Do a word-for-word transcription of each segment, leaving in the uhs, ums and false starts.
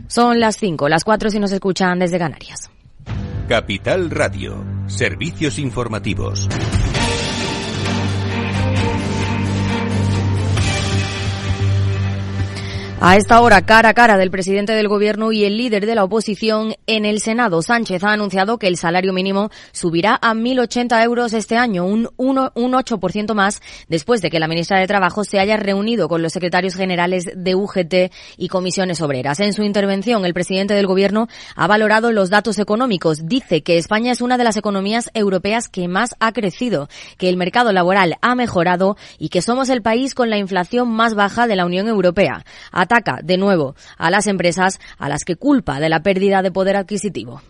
Son las cinco, las cuatro si nos escuchan desde Canarias. Capital Radio, servicios informativos. A esta hora, cara a cara del presidente del Gobierno y el líder de la oposición en el Senado, Sánchez ha anunciado que el salario mínimo subirá a mil ochenta euros este año, un, uno, un ocho por ciento más, después de que la ministra de Trabajo se haya reunido con los secretarios generales de U G T y comisiones obreras. En su intervención, el presidente del Gobierno ha valorado los datos económicos. Dice que España es una de las economías europeas que más ha crecido, que el mercado laboral ha mejorado y que somos el país con la inflación más baja de la Unión Europea. Ataca de nuevo a las empresas a las que culpa de la pérdida de poder adquisitivo.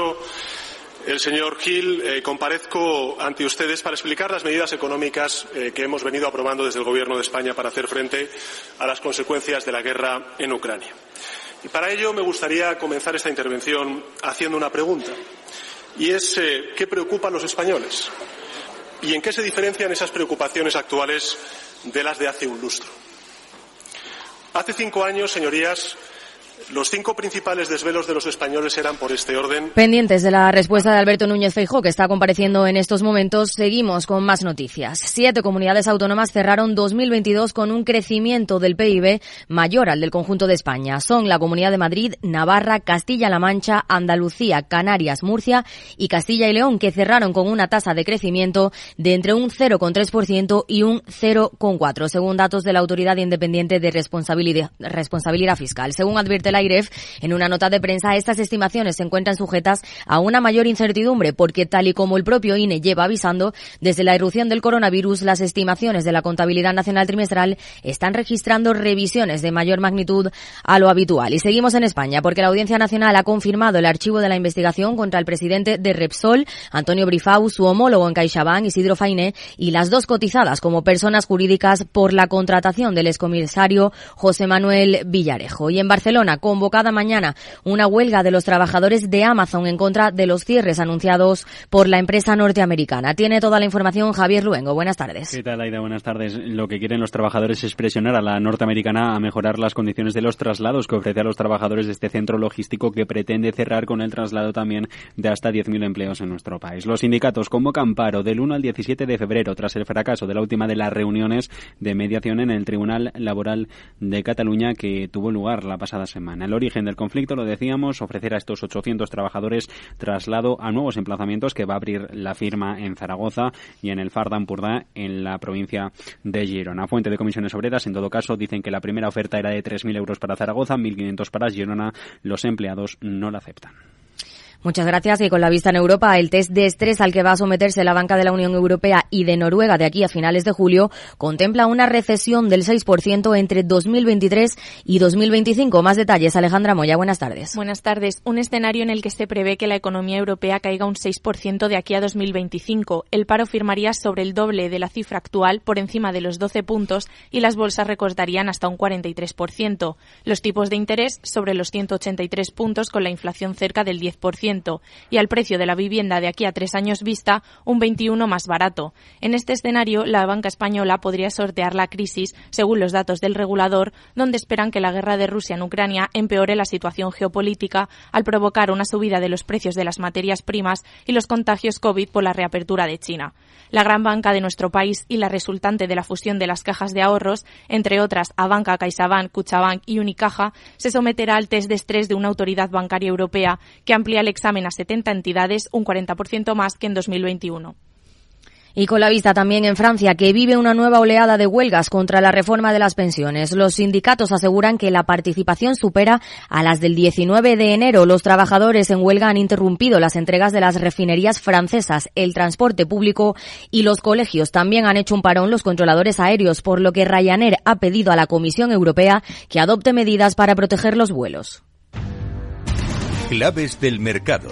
El señor Gil, eh, comparezco ante ustedes para explicar las medidas económicas eh, que hemos venido aprobando desde el Gobierno de España para hacer frente a las consecuencias de la guerra en Ucrania. Y para ello me gustaría comenzar esta intervención haciendo una pregunta, y es eh, ¿qué preocupa a los españoles? ¿Y en qué se diferencian esas preocupaciones actuales de las de hace un lustro? Hace cinco años, señorías, los cinco principales desvelos de los españoles eran por este orden. Pendientes de la respuesta de Alberto Núñez Feijóo, que está compareciendo en estos momentos, seguimos con más noticias. Siete comunidades autónomas cerraron dos mil veintidós con un crecimiento del P I B mayor al del conjunto de España. Son la Comunidad de Madrid, Navarra, Castilla-La Mancha, Andalucía, Canarias, Murcia y Castilla y León, que cerraron con una tasa de crecimiento de entre un cero coma tres por ciento y un cero coma cuatro por ciento, según datos de la Autoridad Independiente de Responsabilidad, Responsabilidad Fiscal. Según advierte la I R E F, en una nota de prensa, estas estimaciones se encuentran sujetas a una mayor incertidumbre porque, tal y como el propio I N E lleva avisando, desde la irrupción del coronavirus, las estimaciones de la contabilidad nacional trimestral están registrando revisiones de mayor magnitud a lo habitual. Y seguimos en España porque la Audiencia Nacional ha confirmado el archivo de la investigación contra el presidente de Repsol, Antonio Brifau, su homólogo en CaixaBank, Isidro Fainé, y las dos cotizadas como personas jurídicas por la contratación del excomisario José Manuel Villarejo. Y en Barcelona, convocada mañana una huelga de los trabajadores de Amazon en contra de los cierres anunciados por la empresa norteamericana. Tiene toda la información Javier Luengo. Buenas tardes. ¿Qué tal, Aida? Buenas tardes. Lo que quieren los trabajadores es presionar a la norteamericana a mejorar las condiciones de los traslados que ofrece a los trabajadores de este centro logístico, que pretende cerrar con el traslado también de hasta diez mil empleos en nuestro país. Los sindicatos convocan paro del uno al diecisiete de febrero tras el fracaso de la última de las reuniones de mediación en el Tribunal Laboral de Cataluña, que tuvo lugar la pasada semana. El origen del conflicto, lo decíamos, ofrecer a estos ochocientos trabajadores traslado a nuevos emplazamientos que va a abrir la firma en Zaragoza y en el Far d'Empordà, en la provincia de Girona. Fuente de comisiones obreras, en todo caso, dicen que la primera oferta era de tres mil euros para Zaragoza, mil quinientos para Girona. Los empleados no la aceptan. Muchas gracias. Y con la vista en Europa, el test de estrés al que va a someterse la banca de la Unión Europea y de Noruega de aquí a finales de julio contempla una recesión del seis por ciento entre dos mil veintitrés y dos mil veinticinco. Más detalles, Alejandra Moya. Buenas tardes. Buenas tardes. Un escenario en el que se prevé que la economía europea caiga un seis por ciento de aquí a dos mil veinticinco. El paro firmaría sobre el doble de la cifra actual, por encima de los doce puntos, y las bolsas recortarían hasta un cuarenta y tres por ciento. Los tipos de interés sobre los ciento ochenta y tres puntos, con la inflación cerca del diez por ciento. Y al precio de la vivienda de aquí a tres años vista, un veintiuno más barato. En este escenario, la banca española podría sortear la crisis, según los datos del regulador, donde esperan que la guerra de Rusia en Ucrania empeore la situación geopolítica al provocar una subida de los precios de las materias primas y los contagios COVID por la reapertura de China. La gran banca de nuestro país y la resultante de la fusión de las cajas de ahorros, entre otras Abanca, CaixaBank, Kutxabank y Unicaja, se someterá al test de estrés de una autoridad bancaria europea que amplía el examen a setenta entidades, un cuarenta por ciento más que en dos mil veintiuno. Y con la vista también en Francia, que vive una nueva oleada de huelgas contra la reforma de las pensiones. Los sindicatos aseguran que la participación supera a las del diecinueve de enero. Los trabajadores en huelga han interrumpido las entregas de las refinerías francesas, el transporte público y los colegios. También han hecho un parón los controladores aéreos, por lo que Ryanair ha pedido a la Comisión Europea que adopte medidas para proteger los vuelos. Claves del mercado.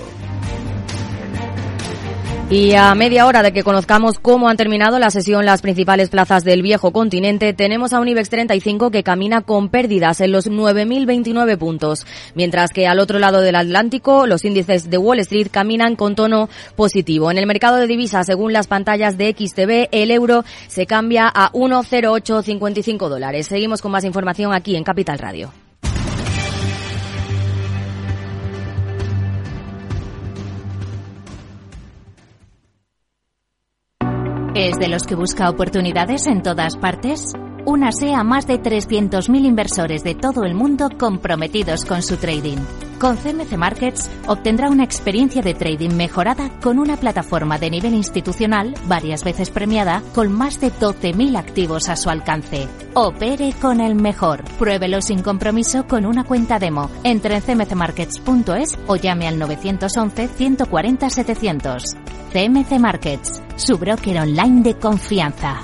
Y a media hora de que conozcamos cómo han terminado la sesión las principales plazas del viejo continente, tenemos a un IBEX treinta y cinco que camina con pérdidas en los nueve mil veintinueve puntos, mientras que al otro lado del Atlántico los índices de Wall Street caminan con tono positivo. En el mercado de divisas, según las pantallas de X T V, el euro se cambia a uno coma cero ocho cincuenta y cinco dólares. Seguimos con más información aquí en Capital Radio. ¿Es de los que busca oportunidades en todas partes? Únase a más de trescientos mil inversores de todo el mundo comprometidos con su trading. Con C M C Markets obtendrá una experiencia de trading mejorada con una plataforma de nivel institucional varias veces premiada con más de doce mil activos a su alcance. Opere con el mejor. Pruébelo sin compromiso con una cuenta demo. Entre en c m c markets punto es o llame al nueve once, ciento cuarenta, setecientos. C M C Markets, su broker online de confianza.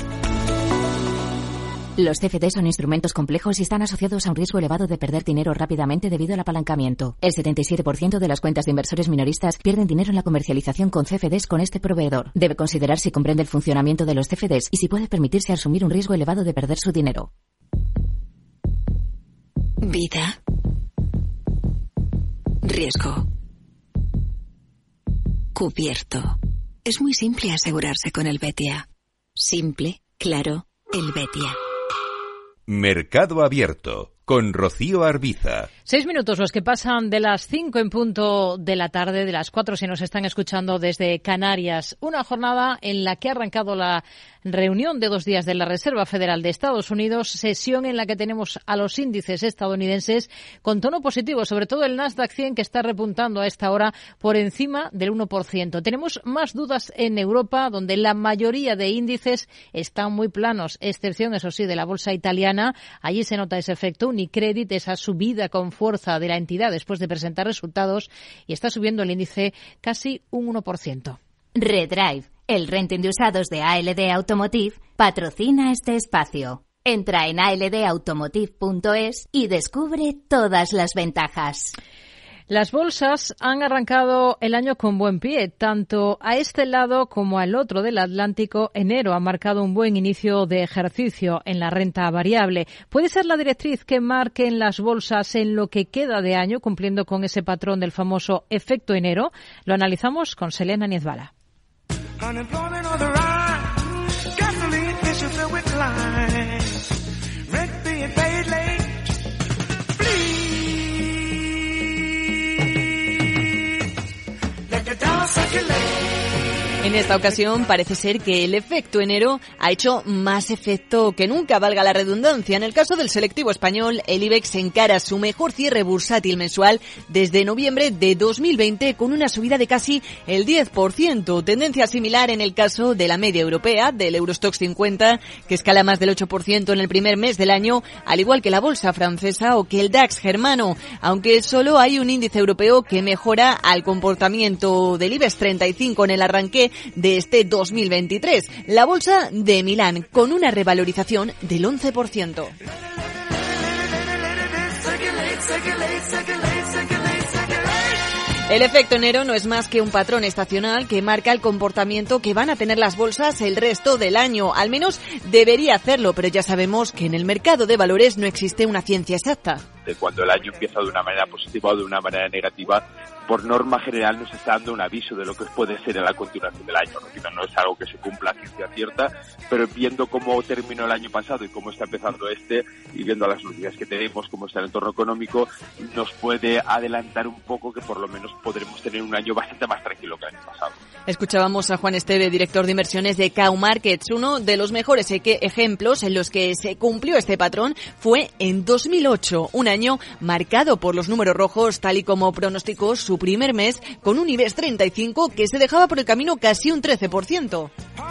Los C F D son instrumentos complejos y están asociados a un riesgo elevado de perder dinero rápidamente debido al apalancamiento. El setenta y siete por ciento de las cuentas de inversores minoristas pierden dinero en la comercialización con C F Ds con este proveedor. Debe considerar si comprende el funcionamiento de los C F Ds y si puede permitirse asumir un riesgo elevado de perder su dinero. Vida. Riesgo. Cubierto. Es muy simple asegurarse con el Betia. Simple, claro, el Betia. Mercado Abierto, con Rocío Arbiza. Seis minutos los que pasan de las cinco en punto de la tarde, de las cuatro si nos están escuchando desde Canarias. Una jornada en la que ha arrancado la reunión de dos días de la Reserva Federal de Estados Unidos, sesión en la que tenemos a los índices estadounidenses con tono positivo, sobre todo el Nasdaq cien, que está repuntando a esta hora por encima del uno por ciento. Tenemos más dudas en Europa, donde la mayoría de índices están muy planos, excepción, eso sí, de la bolsa italiana. Allí se nota ese efecto Unicredit, esa subida con fuerza de la entidad después de presentar resultados, y está subiendo el índice casi un uno por ciento. Redrive, el renting de usados de A L D Automotive, patrocina este espacio. Entra en a l d automotive punto es y descubre todas las ventajas. Las bolsas han arrancado el año con buen pie, tanto a este lado como al otro del Atlántico. Enero ha marcado un buen inicio de ejercicio en la renta variable. ¿Puede ser la directriz que marquen las bolsas en lo que queda de año, cumpliendo con ese patrón del famoso efecto enero? Lo analizamos con Selena Niezbala. En esta ocasión parece ser que el efecto enero ha hecho más efecto que nunca, valga la redundancia. En el caso del selectivo español, el IBEX encara su mejor cierre bursátil mensual desde noviembre de dos mil veinte con una subida de casi el diez por ciento. Tendencia similar en el caso de la media europea, del Eurostoxx cincuenta, que escala más del ocho por ciento en el primer mes del año, al igual que la bolsa francesa o que el DAX germano, aunque solo hay un índice europeo que mejora al comportamiento del IBEX treinta y cinco en el arranque de este dos mil veintitrés, la bolsa de Milán, con una revalorización del once por ciento. El efecto enero no es más que un patrón estacional que marca el comportamiento que van a tener las bolsas el resto del año. Al menos debería hacerlo, pero ya sabemos que en el mercado de valores no existe una ciencia exacta. De cuando el año empieza de una manera positiva o de una manera negativa, por norma general nos está dando un aviso de lo que puede ser en la continuación del año. Repito, no es algo que se cumpla a ciencia cierta, pero viendo cómo terminó el año pasado y cómo está empezando este, y viendo las noticias que tenemos, cómo está el entorno económico, nos puede adelantar un poco que por lo menos podremos tener un año bastante más tranquilo que el año pasado. Escuchábamos a Juan Esteve, director de inversiones de Cow Markets. Uno de los mejores ejemplos en los que se cumplió este patrón fue en dos mil ocho, un año marcado por los números rojos, tal y como pronosticó su primer mes, con un IBEX treinta y cinco que se dejaba por el camino casi un trece por ciento.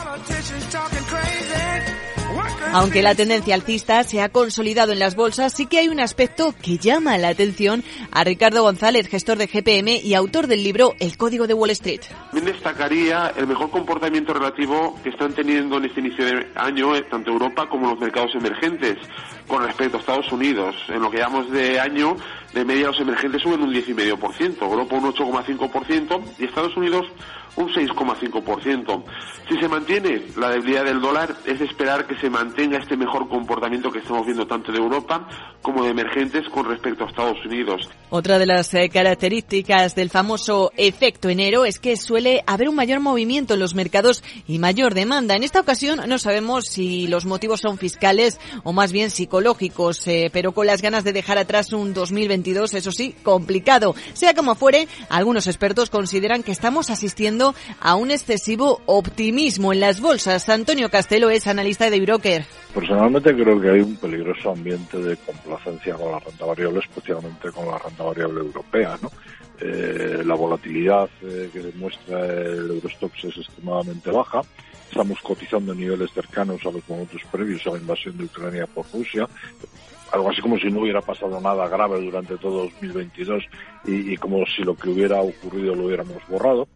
Aunque la tendencia alcista se ha consolidado en las bolsas, sí que hay un aspecto que llama la atención a Ricardo González, gestor de G P M y autor del libro El Código de Wall Street. También destacaría el mejor comportamiento relativo que están teniendo en este inicio de año tanto Europa como los mercados emergentes con respecto a Estados Unidos. En lo que llamamos de año, de media los emergentes suben un diez coma cinco por ciento, Europa un ocho coma cinco por ciento y Estados Unidos un seis coma cinco por ciento. Si se mantiene la debilidad del dólar, es de esperar que se mantenga este mejor comportamiento que estamos viendo tanto de Europa como de emergentes con respecto a Estados Unidos. Otra de las eh, características del famoso efecto enero es que suele haber un mayor movimiento en los mercados y mayor demanda. En esta ocasión no sabemos si los motivos son fiscales o más bien psicológicos. psicológicos, eh, pero con las ganas de dejar atrás un dos mil veintidós, eso sí, complicado. Sea como fuere, algunos expertos consideran que estamos asistiendo a un excesivo optimismo en las bolsas. Antonio Castelo es analista de Broker. Personalmente creo que hay un peligroso ambiente de complacencia con la renta variable, especialmente con la renta variable europea, ¿no? Eh, la volatilidad eh, que demuestra el Eurostoxx es extremadamente baja. Estamos cotizando en niveles cercanos a los momentos previos a la invasión de Ucrania por Rusia. Algo así como si no hubiera pasado nada grave durante todo dos mil veintidós y, y como si lo que hubiera ocurrido lo hubiéramos borrado.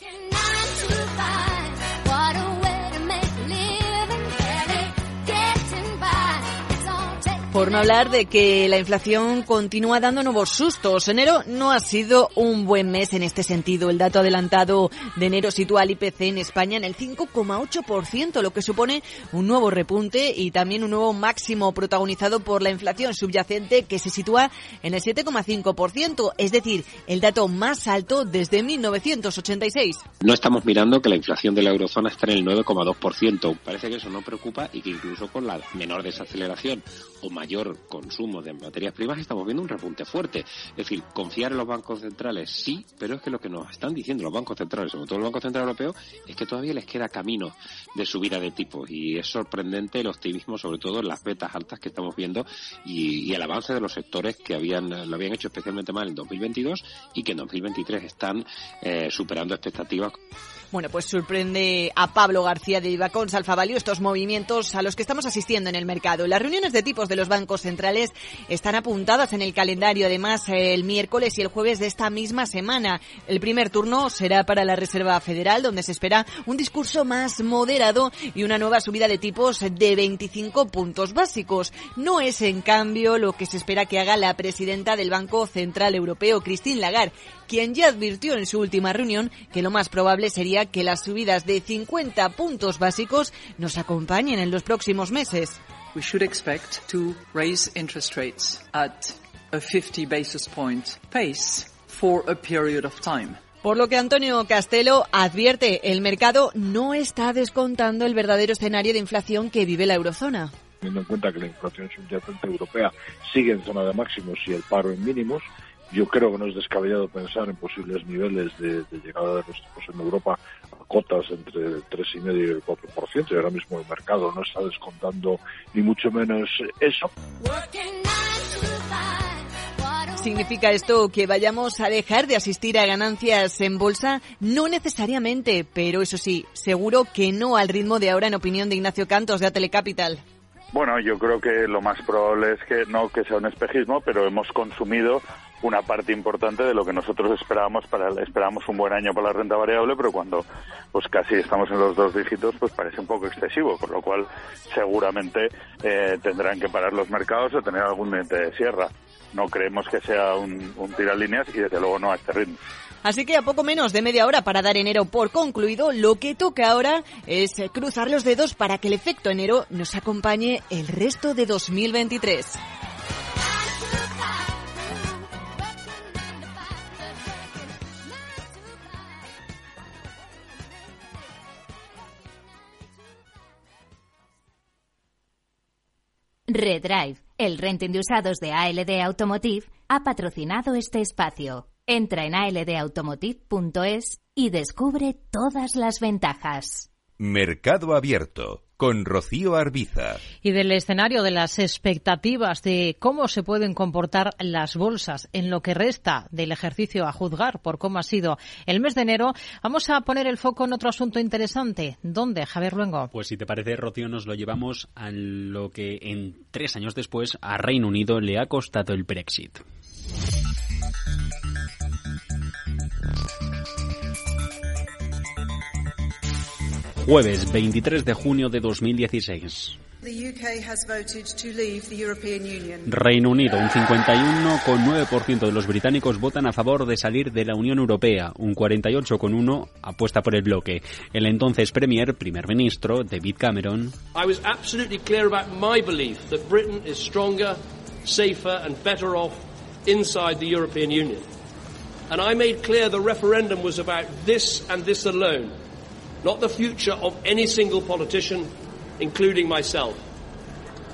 Por no hablar de que la inflación continúa dando nuevos sustos. Enero no ha sido un buen mes en este sentido. El dato adelantado de enero sitúa al I P C en España en el cinco coma ocho por ciento, lo que supone un nuevo repunte y también un nuevo máximo protagonizado por la inflación subyacente, que se sitúa en el siete coma cinco por ciento, es decir, el dato más alto desde mil novecientos ochenta y seis. No estamos mirando que la inflación de la eurozona está en el nueve coma dos por ciento. Parece que eso no preocupa y que incluso con la menor desaceleración o mayor consumo de materias primas estamos viendo un repunte fuerte. Es decir, confiar en los bancos centrales sí, pero es que lo que nos están diciendo los bancos centrales, sobre todo el Banco Central Europeo, es que todavía les queda camino de subida de tipos y es sorprendente el optimismo, sobre todo en las betas altas que estamos viendo y, y el avance de los sectores que habían lo habían hecho especialmente mal en dos mil veintidós y que en dos mil veintitrés están eh, superando expectativas. Bueno, pues sorprende a Pablo García de Ibacons Alfa Value estos movimientos a los que estamos asistiendo en el mercado. Las reuniones de tipos de los bancos centrales están apuntadas en el calendario, además, el miércoles y el jueves de esta misma semana. El primer turno será para la Reserva Federal, donde se espera un discurso más moderado y una nueva subida de tipos de veinticinco puntos básicos. No es, en cambio, lo que se espera que haga la presidenta del Banco Central Europeo, Christine Lagarde, quien ya advirtió en su última reunión que lo más probable sería que las subidas de cincuenta puntos básicos nos acompañen en los próximos meses. We should expect to raise interest rates at a fifty basis point pace for a period of time. Por lo que Antonio Castelo advierte, el mercado no está descontando el verdadero escenario de inflación que vive la eurozona. Teniendo en cuenta que la inflación subyacente europea sigue en zona de máximos y el paro en mínimos, yo creo que no es descabellado pensar en posibles niveles de, de llegada de los tipos en Europa a cotas entre el tres coma cinco y el cuatro por ciento, y ahora mismo el mercado no está descontando ni mucho menos eso. ¿Significa esto que vayamos a dejar de asistir a ganancias en bolsa? No necesariamente, pero eso sí, seguro que no al ritmo de ahora, en opinión de Ignacio Cantos de Atele Capital. Bueno, yo creo que lo más probable es que no que sea un espejismo, pero hemos consumido una parte importante de lo que nosotros esperábamos para esperábamos un buen año para la renta variable, pero cuando pues casi estamos en los dos dígitos, pues parece un poco excesivo, por lo cual seguramente eh, tendrán que parar los mercados o tener algún diente de sierra. No creemos que sea un, un tiralíneas y desde luego no a este ritmo. Así que a poco menos de media hora para dar enero por concluido, lo que toca ahora es cruzar los dedos para que el efecto enero nos acompañe el resto de dos mil veintitrés. Redrive, el renting de usados de A L D Automotive, ha patrocinado este espacio. Entra en a l d automotive punto es y descubre todas las ventajas. Mercado Abierto con Rocío Arbiza. Y del escenario de las expectativas de cómo se pueden comportar las bolsas en lo que resta del ejercicio a juzgar por cómo ha sido el mes de enero, vamos a poner el foco en otro asunto interesante. ¿Dónde, Javier Luengo? Pues si te parece, Rocío, nos lo llevamos a lo que en tres años después a Reino Unido le ha costado el Brexit. Jueves veintitrés de junio de dos mil dieciséis. Reino Unido, un cincuenta y uno coma nueve por ciento de los británicos votan a favor de salir de la Unión Europea, un cuarenta y ocho coma uno por ciento apuesta por el bloque. El entonces Premier, primer ministro, David Cameron, I was absolutely clear about my belief that Britain is stronger, safer and better off inside the European Union. And I made clear the referendum was about this and this alone, not the future of any single politician, including myself.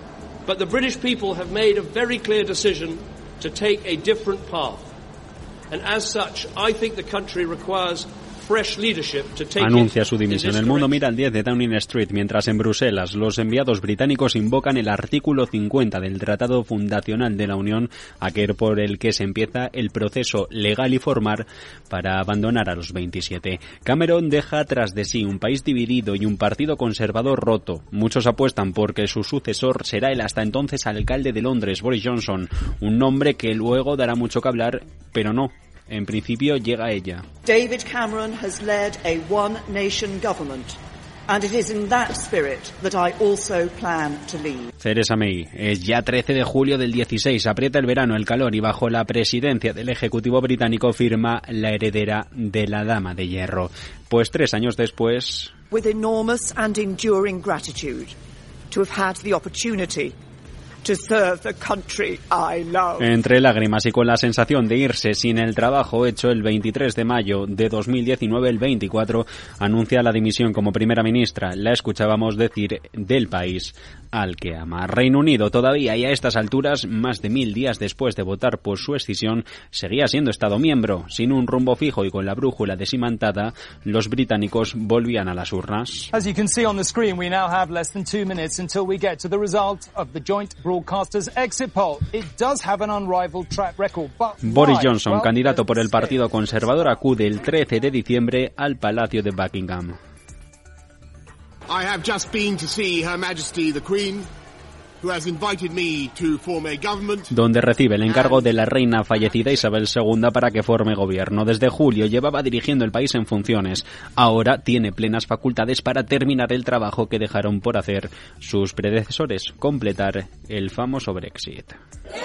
But the British people have made a very clear decision to take a different path. And as such, I think the country requires fresh leadership to take Anuncia su dimisión. El Mundo mira al diez de Downing Street, mientras en Bruselas los enviados británicos invocan el artículo cincuenta del Tratado Fundacional de la Unión, aquel por el que se empieza el proceso legal y formal para abandonar a los veintisiete. Cameron deja tras de sí un país dividido y un partido conservador roto. Muchos apuestan porque su sucesor será el hasta entonces alcalde de Londres, Boris Johnson, un nombre que luego dará mucho que hablar, pero no. En principio llega ella. David Cameron has led a one-nation government, and it is in that spirit that I also plan to lead. Theresa May. Es ya trece de julio del dieciséis, aprieta el verano, el calor, y bajo la presidencia del Ejecutivo británico firma la heredera de la Dama de Hierro. Pues tres años después... With enormous and enduring gratitude to have had the opportunity to serve the country I love. Entre lágrimas y con la sensación de irse sin el trabajo hecho, el veintitrés de mayo de dos mil diecinueve, el veinticuatro, anuncia la dimisión como primera ministra. La escuchábamos decir del país al que ama. Reino Unido todavía, y a estas alturas, más de mil días después de votar por su escisión, seguía siendo Estado miembro. Sin un rumbo fijo y con la brújula desimantada, los británicos volvían a las urnas. As you can see on the screen, we now have less than two minutes until we get to the result of the joint broadcasters exit poll. It does have an unrivaled track record, but Boris Johnson, candidato por el Partido Conservador, acude el trece de diciembre al Palacio de Buckingham. I have just been to see Her Majesty the Queen, who has invited me to form a government. Donde recibe el encargo de la reina fallecida Isabel segunda para que forme gobierno. Desde julio llevaba dirigiendo el país en funciones. Ahora tiene plenas facultades para terminar el trabajo que dejaron por hacer sus predecesores, completar el famoso Brexit.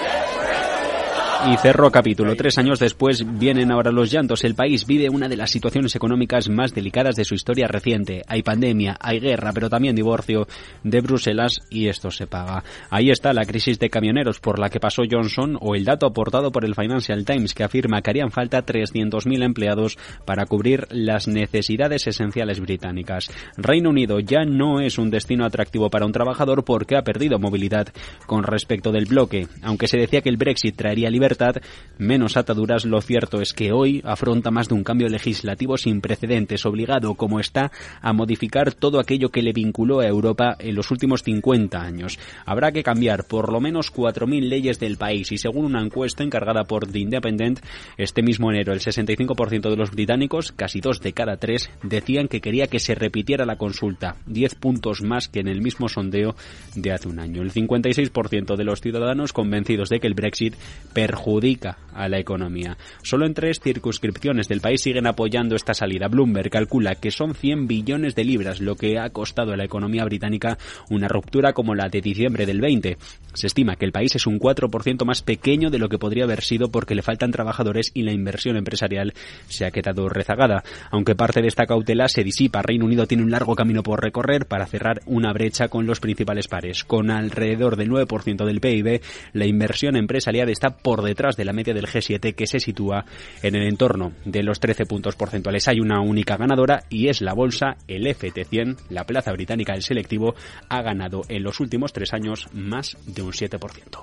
Y cerró capítulo. Tres años después vienen ahora los llantos. El país vive una de las situaciones económicas más delicadas de su historia reciente. Hay pandemia, hay guerra, pero también divorcio de Bruselas, y esto se paga. Ahí está la crisis de camioneros por la que pasó Johnson, o el dato aportado por el Financial Times, que afirma que harían falta trescientos mil empleados para cubrir las necesidades esenciales británicas. Reino Unido ya no es un destino atractivo para un trabajador porque ha perdido movilidad con respecto del bloque. Aunque se decía que el Brexit traería libertad, menos ataduras, lo cierto es que hoy afronta más de un cambio legislativo sin precedentes, obligado como está a modificar todo aquello que le vinculó a Europa en los últimos cincuenta años. Habrá que cambiar por lo menos cuatro mil leyes del país, y según una encuesta encargada por The Independent, este mismo enero el sesenta y cinco por ciento de los británicos, casi dos de cada tres, decían que quería que se repitiera la consulta, diez puntos más que en el mismo sondeo de hace un año. El cincuenta y seis por ciento de los ciudadanos convencidos de que el Brexit perjudica a la economía. Solo en tres circunscripciones del país siguen apoyando esta salida. Bloomberg calcula que son cien billones de libras lo que ha costado a la economía británica una ruptura como la de diciembre del veinte. Se estima que el país es un cuatro por ciento más pequeño de lo que podría haber sido porque le faltan trabajadores y la inversión empresarial se ha quedado rezagada. Aunque parte de esta cautela se disipa, Reino Unido tiene un largo camino por recorrer para cerrar una brecha con los principales pares. Con alrededor del nueve por ciento del P I B, la inversión empresarial está por detrás de la media del G siete, que se sitúa en el entorno de los trece puntos porcentuales. Hay una única ganadora y es la bolsa, el F T cien. La plaza británica del selectivo ha ganado en los últimos tres años más de un siete por ciento.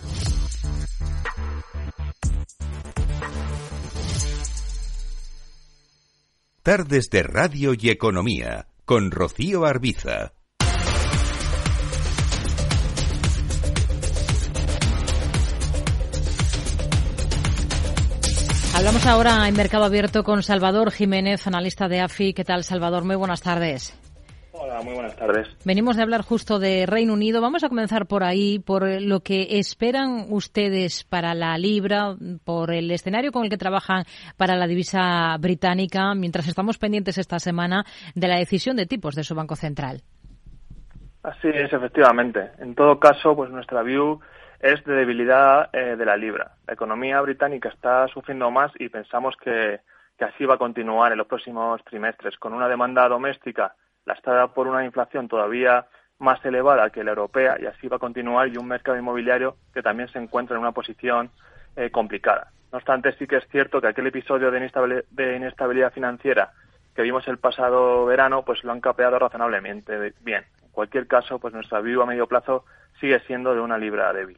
Tardes de Radio y Economía con Rocío Arbiza. Hablamos ahora en Mercado Abierto con Salvador Jiménez, analista de A F I. ¿Qué tal, Salvador? Muy buenas tardes. Hola, muy buenas tardes. Venimos de hablar justo de Reino Unido. Vamos a comenzar por ahí, por lo que esperan ustedes para la libra, por el escenario con el que trabajan para la divisa británica, mientras estamos pendientes esta semana de la decisión de tipos de su Banco Central. Así es, efectivamente. En todo caso, pues nuestra view es de debilidad eh, de la libra. La economía británica está sufriendo más y pensamos que, que así va a continuar en los próximos trimestres, con una demanda doméstica lastrada por una inflación todavía más elevada que la europea, y así va a continuar, y un mercado inmobiliario que también se encuentra en una posición eh, complicada. No obstante, sí que es cierto que aquel episodio de inestabilidad, de inestabilidad financiera que vimos el pasado verano, pues lo han capeado razonablemente bien. cualquier caso, pues nuestra view a medio plazo sigue siendo de una libra débil.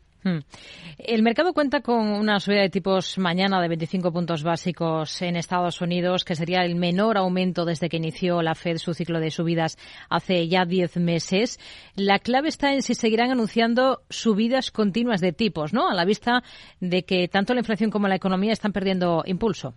El mercado cuenta con una subida de tipos mañana de veinticinco puntos básicos en Estados Unidos, que sería el menor aumento desde que inició la Fed su ciclo de subidas hace ya diez meses. La clave está en si seguirán anunciando subidas continuas de tipos, ¿no? A la vista de que tanto la inflación como la economía están perdiendo impulso.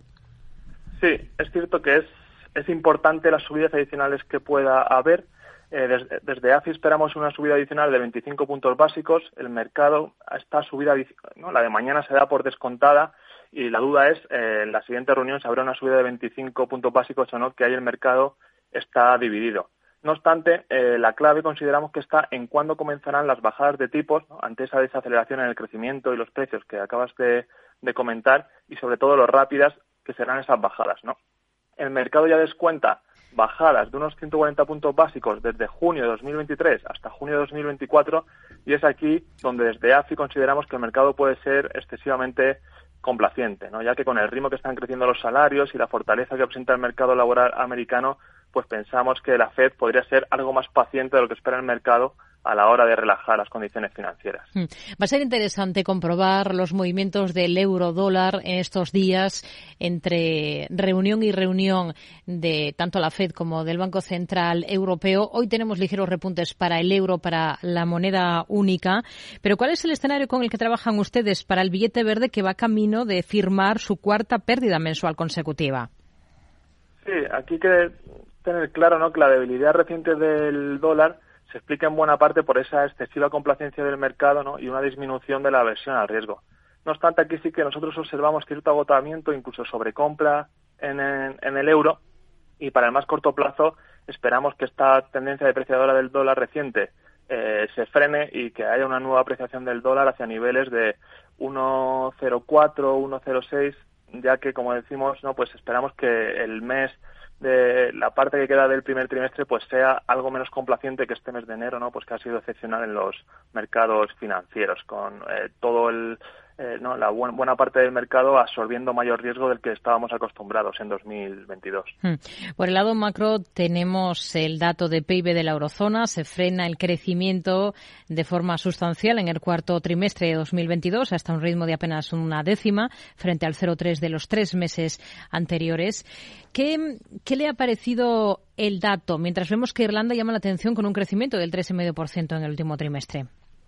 Sí, es cierto que es, es importante las subidas adicionales que pueda haber. Eh, desde, desde A F I esperamos una subida adicional de veinticinco puntos básicos. El mercado, esta subida, ¿no? La de mañana se da por descontada y la duda es, eh, en la siguiente reunión, si habrá una subida de veinticinco puntos básicos o no, que ahí el mercado está dividido. No obstante, eh, la clave consideramos que está en cuándo comenzarán las bajadas de tipos, ¿no? Ante esa desaceleración en el crecimiento y los precios que acabas de, de comentar, y sobre todo lo rápidas que serán esas bajadas, ¿no? El mercado ya descuenta bajadas de unos ciento cuarenta puntos básicos desde junio de dos mil veintitrés hasta junio de dos mil veinticuatro, y es aquí donde desde A F I consideramos que el mercado puede ser excesivamente complaciente, ¿no? Ya que con el ritmo que están creciendo los salarios y la fortaleza que presenta el mercado laboral americano, pues pensamos que la Fed podría ser algo más paciente de lo que espera el mercado a la hora de relajar las condiciones financieras. Va a ser interesante comprobar los movimientos del euro-dólar en estos días entre reunión y reunión de tanto la Fed como del Banco Central Europeo. Hoy tenemos ligeros repuntes para el euro, para la moneda única. Pero ¿cuál es el escenario con el que trabajan ustedes para el billete verde, que va camino de firmar su cuarta pérdida mensual consecutiva? Sí, aquí hay que tener claro, ¿no?, que la debilidad reciente del dólar se explica en buena parte por esa excesiva complacencia del mercado, ¿no?, y una disminución de la aversión al riesgo. No obstante, aquí sí que nosotros observamos cierto agotamiento, incluso sobrecompra en, en, en el euro, y para el más corto plazo esperamos que esta tendencia depreciadora del dólar reciente eh, se frene y que haya una nueva apreciación del dólar hacia niveles de uno coma cero cuatro, uno coma cero seis, ya que, como decimos, no, pues esperamos que el mes de la parte que queda del primer trimestre pues sea algo menos complaciente que este mes de enero, ¿no?, pues que ha sido excepcional en los mercados financieros, con eh, todo el eh, no la bu- buena parte del mercado absorbiendo mayor riesgo del que estábamos acostumbrados en dos mil veintidós. Hmm. Por el lado macro tenemos el dato de P I B de la eurozona. Se frena el crecimiento de forma sustancial en el cuarto trimestre de dos mil veintidós hasta un ritmo de apenas una décima frente al cero coma tres de los tres meses anteriores. ¿Qué, qué le ha parecido el dato? Mientras vemos que Irlanda llama la atención con un crecimiento del tres coma cinco por ciento en el último trimestre.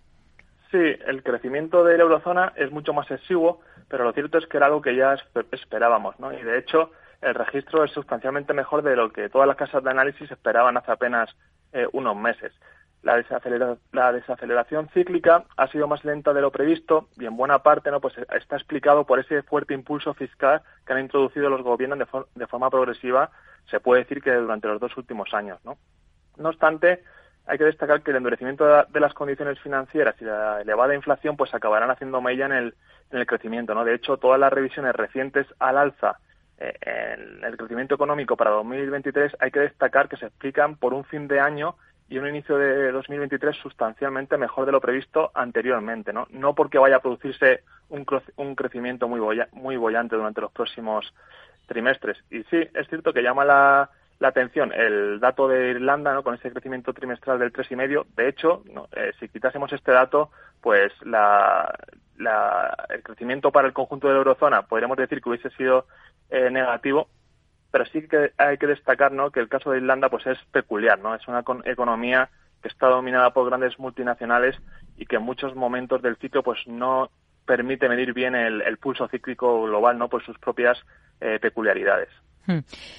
Sí, el crecimiento de la eurozona es mucho más exiguo, pero lo cierto es que era algo que ya esperábamos, ¿no? Y de hecho, el registro es sustancialmente mejor de lo que todas las casas de análisis esperaban hace apenas eh, unos meses. La, desacelera- la desaceleración cíclica ha sido más lenta de lo previsto y en buena parte, ¿no?, pues está explicado por ese fuerte impulso fiscal que han introducido los gobiernos de, for- de forma progresiva, se puede decir que durante los dos últimos años, ¿no? No obstante, hay que destacar que el endurecimiento de, de las condiciones financieras y la elevada inflación pues acabarán haciendo mella en el, en el crecimiento, ¿no? De hecho, todas las revisiones recientes al alza eh, en el crecimiento económico para dos mil veintitrés hay que destacar que se explican por un fin de año y un inicio de dos mil veintitrés sustancialmente mejor de lo previsto anteriormente, ¿no? No porque vaya a producirse un, cro- un crecimiento muy, boya- muy bollante durante los próximos trimestres. Y sí, es cierto que llama la, la atención el dato de Irlanda, ¿no?, con ese crecimiento trimestral del tres coma cinco. De hecho, ¿no?, eh, si quitásemos este dato, pues la, la, el crecimiento para el conjunto de la eurozona podríamos decir que hubiese sido eh, negativo. Pero sí que hay que destacar, ¿no?, que el caso de Irlanda pues es peculiar, ¿no? Es una con- economía que está dominada por grandes multinacionales y que en muchos momentos del ciclo pues no permite medir bien el, el pulso cíclico global, ¿no?, por sus propias eh, peculiaridades. Hmm.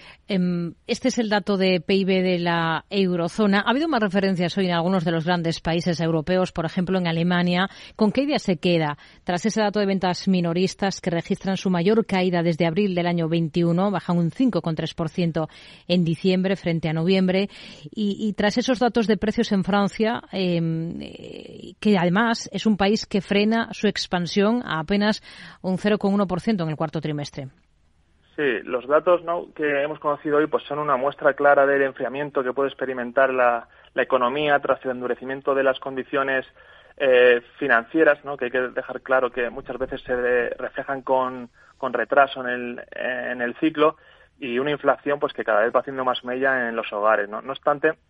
Este es el dato de P I B de la eurozona. Ha habido más referencias hoy en algunos de los grandes países europeos, por ejemplo en Alemania. ¿Con qué idea se queda tras ese dato de ventas minoristas que registran su mayor caída desde abril del año veintiuno? Bajan un cinco coma tres por ciento en diciembre frente a noviembre. Y, y tras esos datos de precios en Francia, eh, que además es un país que frena su expansión a apenas un cero coma uno por ciento en el cuarto trimestre. Sí, los datos, ¿no?, que hemos conocido hoy pues son una muestra clara del enfriamiento que puede experimentar la, la economía tras el endurecimiento de las condiciones eh, financieras, ¿no?, que hay que dejar claro que muchas veces se reflejan con, con retraso en el, en el ciclo, y una inflación pues que cada vez va haciendo más mella en los hogares, ¿no? No obstante,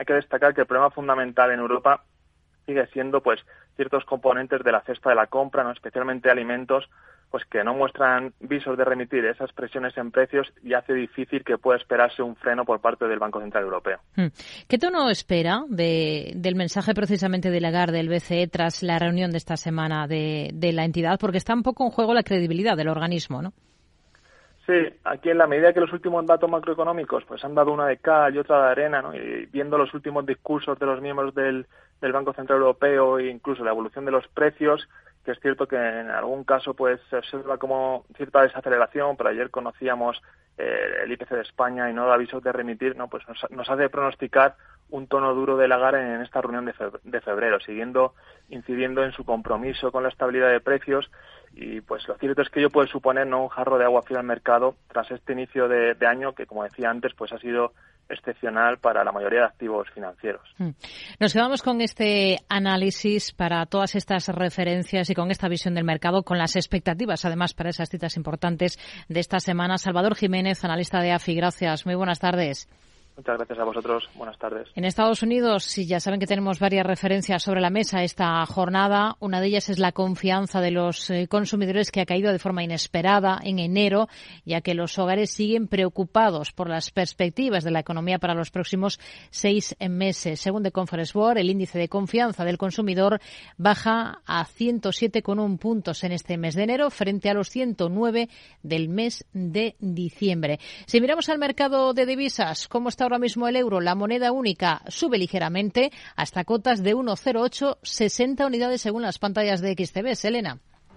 hay que destacar que el problema fundamental en Europa sigue siendo pues ciertos componentes de la cesta de la compra, ¿no? Especialmente alimentos, pues que no muestran visos de remitir esas presiones en precios y hace difícil que pueda esperarse un freno por parte del Banco Central Europeo. ¿Qué tono espera de, del mensaje precisamente de Lagarde del B C E tras la reunión de esta semana de, de la entidad? Porque está un poco en juego la credibilidad del organismo, ¿no? Sí, aquí en la medida que los últimos datos macroeconómicos pues han dado una de cal y otra de arena, ¿no? Y viendo los últimos discursos de los miembros del, del Banco Central Europeo e incluso la evolución de los precios, que es cierto que en algún caso pues se observa como cierta desaceleración, pero ayer conocíamos eh, el I P C de España y no da avisos de remitir, no, pues nos, nos hace pronosticar un tono duro de Lagarde en esta reunión de febrero, de febrero, siguiendo incidiendo en su compromiso con la estabilidad de precios. Y pues lo cierto es que ello puede suponer no un jarro de agua fría al mercado tras este inicio de, de año que, como decía antes, pues ha sido excepcional para la mayoría de activos financieros. Nos quedamos con este análisis para todas estas referencias y con esta visión del mercado, con las expectativas, además, para esas citas importantes de esta semana. Salvador Jiménez, analista de A F I. Gracias. Muy buenas tardes. Muchas gracias a vosotros. Buenas tardes. En Estados Unidos, sí, ya saben que tenemos varias referencias sobre la mesa esta jornada. Una de ellas es la confianza de los eh, consumidores, que ha caído de forma inesperada en enero, ya que los hogares siguen preocupados por las perspectivas de la economía para los próximos seis meses. Según The Conference Board, el índice de confianza del consumidor baja a ciento siete coma uno puntos en este mes de enero frente a los ciento nueve del mes de diciembre. Si miramos al mercado de divisas, ¿cómo está ahora mismo el euro? La moneda única sube ligeramente hasta cotas de uno coma cero ocho sesenta unidades según las pantallas de X T B. Selena.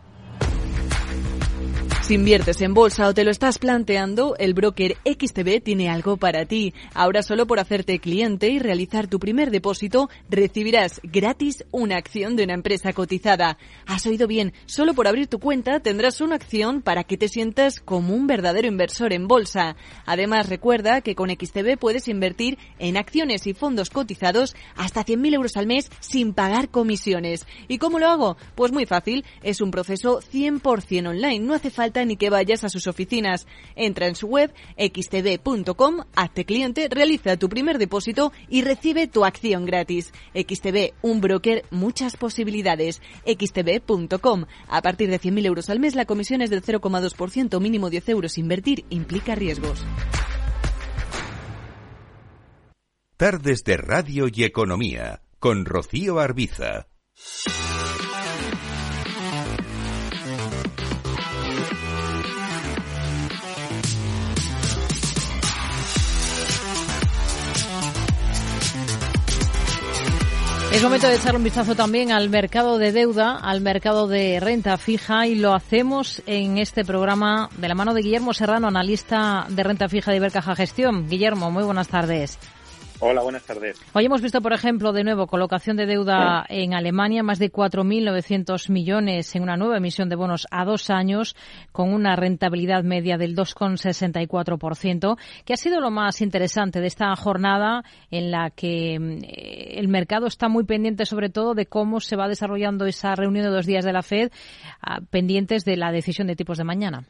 Si inviertes en bolsa o te lo estás planteando, el broker X T B tiene algo para ti. Ahora, solo por hacerte cliente y realizar tu primer depósito, recibirás gratis una acción de una empresa cotizada. Has oído bien, solo por abrir tu cuenta tendrás una acción para que te sientas como un verdadero inversor en bolsa. Además, recuerda que con X T B puedes invertir en acciones y fondos cotizados hasta cien mil euros al mes sin pagar comisiones. ¿Y cómo lo hago? Pues muy fácil, es un proceso cien por ciento online, no hace falta ni que vayas a sus oficinas. Entra en su web equis te be punto com, hazte cliente, realiza tu primer depósito y recibe tu acción gratis. X T B, un broker, muchas posibilidades. equis te be punto com. A partir de cien mil euros al mes la comisión es del cero coma dos por ciento, mínimo diez euros. Invertir implica riesgos. Tardes de Radio y Economía con Rocío Arbiza. Es momento de echar un vistazo también al mercado de deuda, al mercado de renta fija, y lo hacemos en este programa de la mano de Guillermo Serrano, analista de renta fija de Ibercaja Gestión. Guillermo, muy buenas tardes. Hola, buenas tardes. Hoy hemos visto, por ejemplo, de nuevo, colocación de deuda en Alemania, más de cuatro mil novecientos millones en una nueva emisión de bonos a dos años, con una rentabilidad media del dos coma sesenta y cuatro por ciento, que ha sido lo más interesante de esta jornada, en la que el mercado está muy pendiente, sobre todo, de cómo se va desarrollando esa reunión de dos días de la Fed, pendientes de la decisión de tipos de mañana.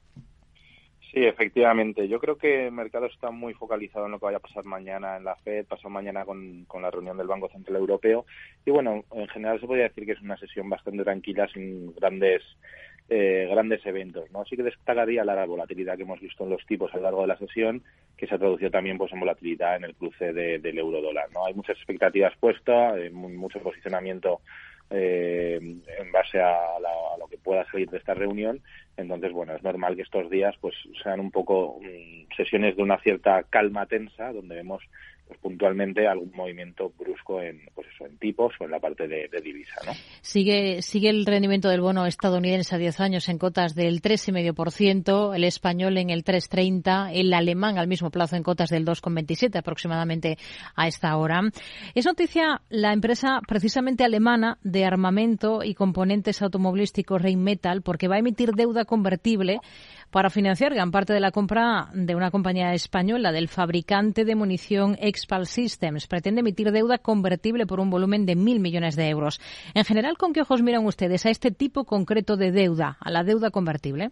Sí, efectivamente. Yo creo que el mercado está muy focalizado en lo que vaya a pasar mañana en la Fed, pasado mañana con, con la reunión del Banco Central Europeo. Y bueno, en general se podría decir que es una sesión bastante tranquila, sin grandes eh, grandes eventos, ¿no? Sí que destacaría la volatilidad que hemos visto en los tipos a lo largo de la sesión, que se ha traducido también pues en volatilidad en el cruce de, del euro-dólar, ¿no? Hay muchas expectativas puestas, eh, mucho posicionamiento Eh, en base a, la, a lo que pueda salir de esta reunión. Entonces, bueno, es normal que estos días pues sean un poco mmm, sesiones de una cierta calma tensa, donde vemos pues puntualmente algún movimiento brusco en pues eso, en tipos o en la parte de, de divisa, ¿no? Sigue sigue el rendimiento del bono estadounidense a diez años en cotas del tres coma cinco por ciento, el español en el tres coma treinta, el alemán al mismo plazo en cotas del dos coma veintisiete aproximadamente a esta hora. Es noticia la empresa precisamente alemana de armamento y componentes automovilísticos Rheinmetall, porque va a emitir deuda convertible para financiar gran parte de la compra de una compañía española, del fabricante de munición Expal Systems. Pretende emitir deuda convertible por un volumen de mil millones de euros. En general, ¿con qué ojos miran ustedes a este tipo concreto de deuda, a la deuda convertible?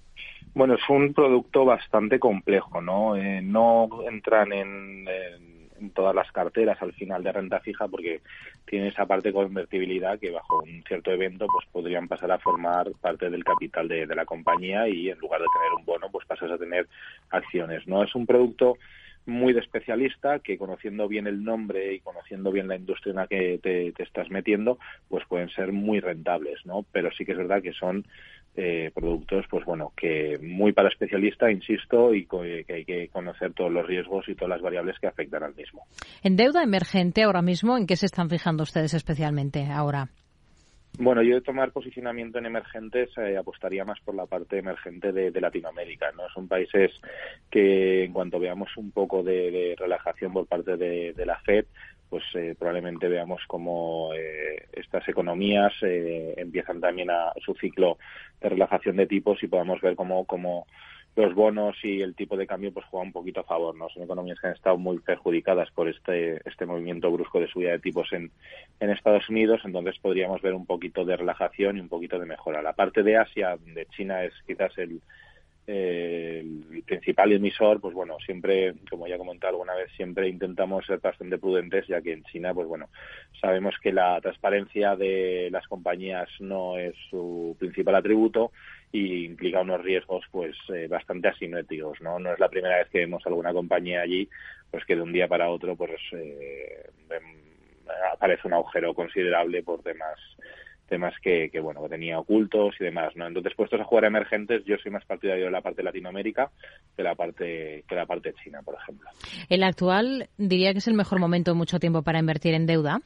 Bueno, es un producto bastante complejo, ¿no? Eh, no entran en, en, en todas las carteras al final de renta fija, porque tiene esa parte de convertibilidad que bajo un cierto evento pues podrían pasar a formar parte del capital de, de la compañía, y en lugar de tener un bono pues pasas a tener acciones, ¿no? Es un producto muy de especialista que, conociendo bien el nombre y conociendo bien la industria en la que te, te estás metiendo, pues pueden ser muy rentables, ¿no? Pero sí que es verdad que son eh, productos, pues bueno, que muy para especialista, insisto, y que hay que conocer todos los riesgos y todas las variables que afectan al mismo. En deuda emergente ahora mismo, ¿en qué se están fijando ustedes especialmente ahora? Bueno, yo de tomar posicionamiento en emergentes eh, apostaría más por la parte emergente de, de Latinoamérica, ¿no? Son países que, en cuanto veamos un poco de, de relajación por parte de, de la Fed, pues eh, probablemente veamos cómo eh, estas economías eh, empiezan también a su ciclo de relajación de tipos, y podamos ver cómo, cómo los bonos y el tipo de cambio pues juegan un poquito a favor, ¿no? Son economías que han estado muy perjudicadas por este este movimiento brusco de subida de tipos en, en Estados Unidos, entonces podríamos ver un poquito de relajación y un poquito de mejora. La parte de Asia, donde China es quizás el, eh, el principal emisor, pues bueno, siempre, como ya he comentado alguna vez, siempre intentamos ser bastante prudentes, ya que en China, pues bueno, sabemos que la transparencia de las compañías no es su principal atributo, y implica unos riesgos pues eh, bastante asimétricos, ¿no? No es la primera vez que vemos alguna compañía allí pues que de un día para otro pues eh, aparece un agujero considerable por temas temas que, que bueno que tenía ocultos y demás, ¿no? Entonces, puestos a jugar a emergentes, yo soy más partidario de la parte de Latinoamérica que la parte que la parte china, por ejemplo. ¿El actual diría que es el mejor momento en mucho tiempo para invertir en deuda?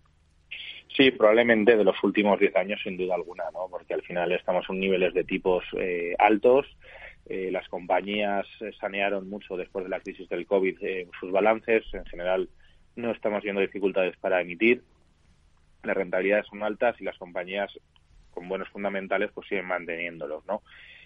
Sí, probablemente de los últimos diez años, sin duda alguna, ¿no? Porque al final estamos en niveles de tipos eh, altos. Eh, las compañías sanearon mucho después de la crisis del COVID eh, sus balances. En general, no estamos viendo dificultades para emitir. Las rentabilidades son altas y las compañías con buenos fundamentales pues siguen manteniéndolos, ¿no?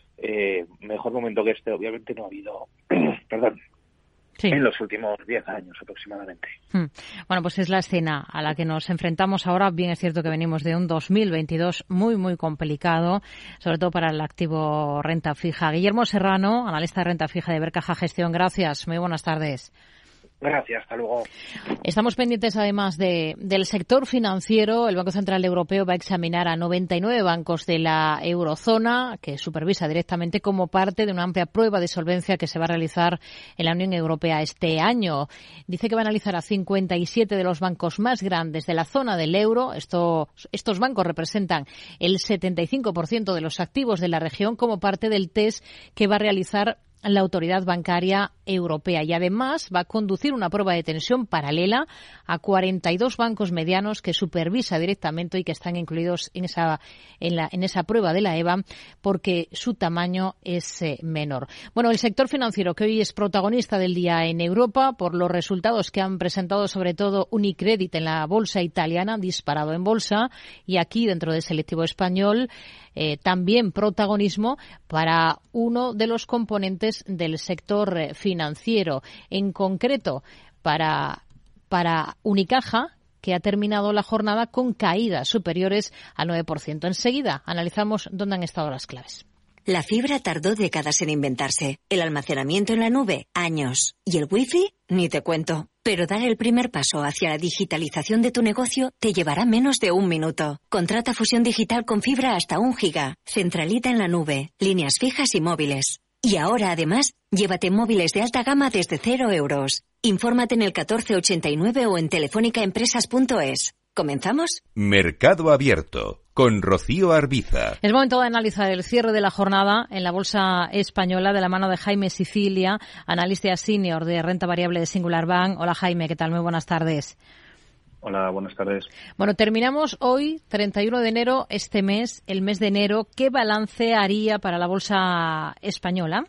Eh, mejor momento que este, obviamente, no ha habido, perdón, sí, en los últimos diez años aproximadamente. Hmm. Bueno, pues es la escena a la que nos enfrentamos ahora. Bien es cierto que venimos de un dos mil veintidós muy, muy complicado, sobre todo para el activo renta fija. Guillermo Serrano, analista de renta fija de Bercaja Gestión, gracias. Muy buenas tardes. Gracias, hasta luego. Estamos pendientes además de, del sector financiero. El Banco Central Europeo va a examinar a noventa y nueve bancos de la eurozona, que supervisa directamente como parte de una amplia prueba de solvencia que se va a realizar en la Unión Europea este año. Dice que va a analizar a cincuenta y siete de los bancos más grandes de la zona del euro. Esto, estos bancos representan el setenta y cinco por ciento de los activos de la región como parte del test que va a realizar la Autoridad Bancaria Europea, y además va a conducir una prueba de tensión paralela a cuarenta y dos bancos medianos que supervisa directamente y que están incluidos en esa en, la, en esa prueba de la E B A porque su tamaño es eh, menor. Bueno, el sector financiero, que hoy es protagonista del día en Europa por los resultados que han presentado sobre todo Unicredit en la bolsa italiana, disparado en bolsa, y aquí dentro del selectivo español eh, también protagonismo para uno de los componentes del sector eh, financiero, en concreto para, para Unicaja, que ha terminado la jornada con caídas superiores al nueve por ciento. Enseguida analizamos dónde han estado las claves. La fibra tardó décadas en inventarse. El almacenamiento en la nube, años. Y el wifi, ni te cuento. Pero dar el primer paso hacia la digitalización de tu negocio te llevará menos de un minuto. Contrata fusión digital con fibra hasta un giga. Centralita en la nube. Líneas fijas y móviles. Y ahora, además, llévate móviles de alta gama desde cero euros. Infórmate en el catorce ochenta y nueve o en telefónicaempresas punto es. ¿Comenzamos? Mercado Abierto, con Rocío Arbiza. Es momento de analizar el cierre de la jornada en la bolsa española de la mano de Jaime Sicilia, analista senior de renta variable de Singular Bank. Hola Jaime, ¿qué tal? Muy buenas tardes. Hola, buenas tardes. Bueno, terminamos hoy, treinta y uno de enero, este mes, el mes de enero. ¿Qué balance haría para la bolsa española?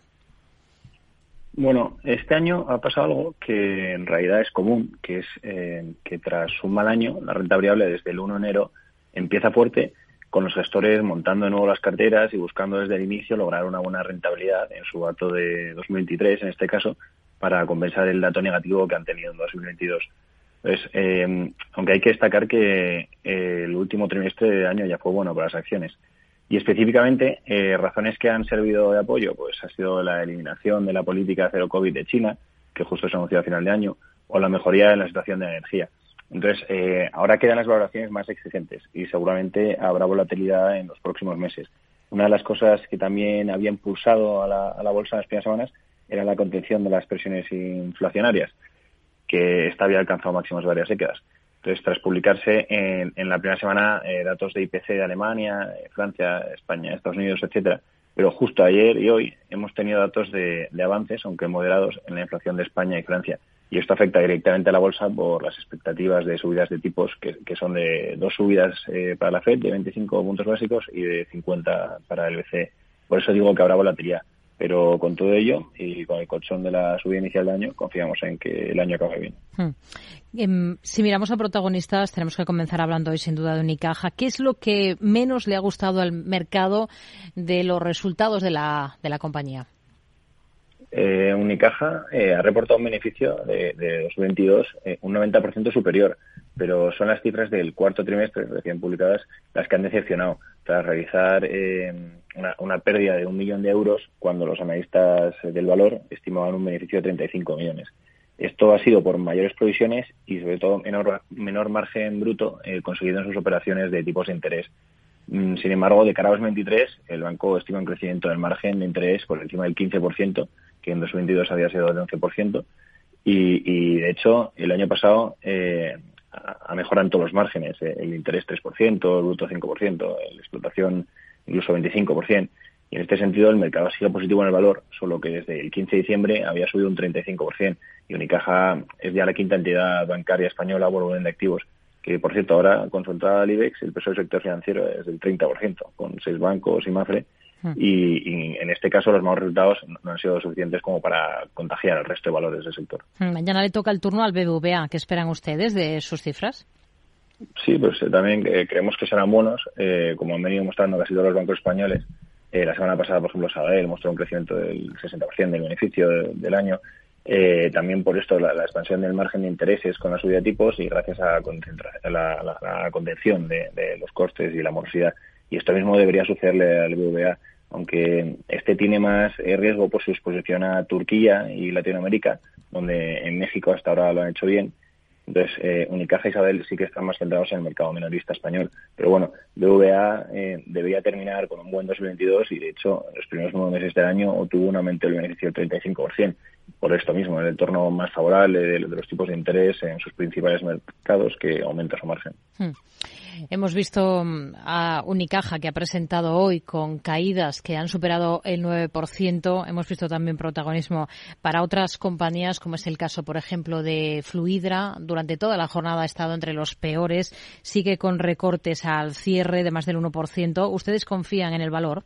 Bueno, este año ha pasado algo que en realidad es común, que es eh, que tras un mal año, la renta variable desde el uno de enero empieza fuerte, con los gestores montando de nuevo las carteras y buscando desde el inicio lograr una buena rentabilidad en su dato de dos mil veintitrés, en este caso, para compensar el dato negativo que han tenido en dos mil veintidós. Entonces, eh, aunque hay que destacar que eh, el último trimestre de año ya fue bueno para las acciones. Y específicamente, eh, razones que han servido de apoyo, pues ha sido la eliminación de la política cero COVID de China, que justo se anunció a final de año, o la mejoría en la situación de la energía. Entonces, eh, ahora quedan las valoraciones más exigentes y seguramente habrá volatilidad en los próximos meses. Una de las cosas que también había impulsado a la, a la bolsa en las primeras semanas era la contención de las presiones inflacionarias, que esta había alcanzado máximos de varias décadas. Entonces, tras publicarse en, en la primera semana eh, datos de I P C de Alemania, Francia, España, Estados Unidos, etcétera, pero justo ayer y hoy hemos tenido datos de, de avances, aunque moderados, en la inflación de España y Francia. Y esto afecta directamente a la bolsa por las expectativas de subidas de tipos, que, que son de dos subidas eh, para la Fed, de veinticinco puntos básicos, y de cincuenta para el B C E. Por eso digo que habrá volatilidad. Pero con todo ello, y con el colchón de la subida inicial del año, confiamos en que el año acabe bien. Hmm. Si miramos a protagonistas, tenemos que comenzar hablando hoy sin duda de Unicaja. ¿Qué es lo que menos le ha gustado al mercado de los resultados de la, de la compañía? Eh, Unicaja eh, ha reportado un beneficio de, de dos mil veintidós eh, un noventa por ciento superior, pero son las cifras del cuarto trimestre recién publicadas las que han decepcionado, tras realizar eh, una, una pérdida de un millón de euros cuando los analistas del valor estimaban un beneficio de treinta y cinco millones. Esto ha sido por mayores provisiones y sobre todo menor, menor margen bruto eh, conseguido en sus operaciones de tipos de interés. Sin embargo, de cara a dos mil veintitrés, el banco estima un crecimiento del margen de interés por encima del quince por ciento, que en dos mil veintidós había sido del once por ciento, y, y de hecho, el año pasado eh, ha mejorado en todos los márgenes, eh, el interés tres por ciento, el bruto cinco por ciento, la explotación incluso veinticinco por ciento, y en este sentido el mercado ha sido positivo en el valor, solo que desde el quince de diciembre había subido un treinta y cinco por ciento, y Unicaja es ya la quinta entidad bancaria española por volumen de activos, que por cierto ahora consultada al IBEX el peso del sector financiero es del treinta por ciento, con seis bancos y Mafre, y, y en este caso los malos resultados no han sido suficientes como para contagiar al resto de valores del sector. Mañana le toca el turno al B B V A. ¿Qué esperan ustedes de sus cifras? Sí, pues eh, también eh, creemos que serán buenos, eh, como han venido mostrando casi todos los bancos españoles. Eh, la semana pasada, por ejemplo, Sabadell mostró un crecimiento del sesenta por ciento del beneficio de, del año. Eh, también por esto la, la expansión del margen de intereses con la subida de tipos y gracias a, a la, la, la contención de, de los costes y la morosidad. Y esto mismo debería sucederle al B B V A, aunque este tiene más riesgo por su exposición a Turquía y Latinoamérica, donde en México hasta ahora lo han hecho bien. Entonces, eh, Unicaja y Sabadell sí que están más centrados en el mercado minorista español. Pero bueno, B B V A eh, debería terminar con un buen dos mil veintidós y, de hecho, en los primeros nueve meses del año obtuvo un aumento del beneficio del treinta y cinco por ciento. Por esto mismo, el entorno más favorable de, de los tipos de interés en sus principales mercados, que aumenta su margen. Hmm. Hemos visto a Unicaja, que ha presentado hoy con caídas que han superado el nueve por ciento. Hemos visto también protagonismo para otras compañías, como es el caso, por ejemplo, de Fluidra. Durante toda la jornada ha estado entre los peores. Sigue con recortes al cierre de más del uno por ciento. ¿Ustedes confían en el valor?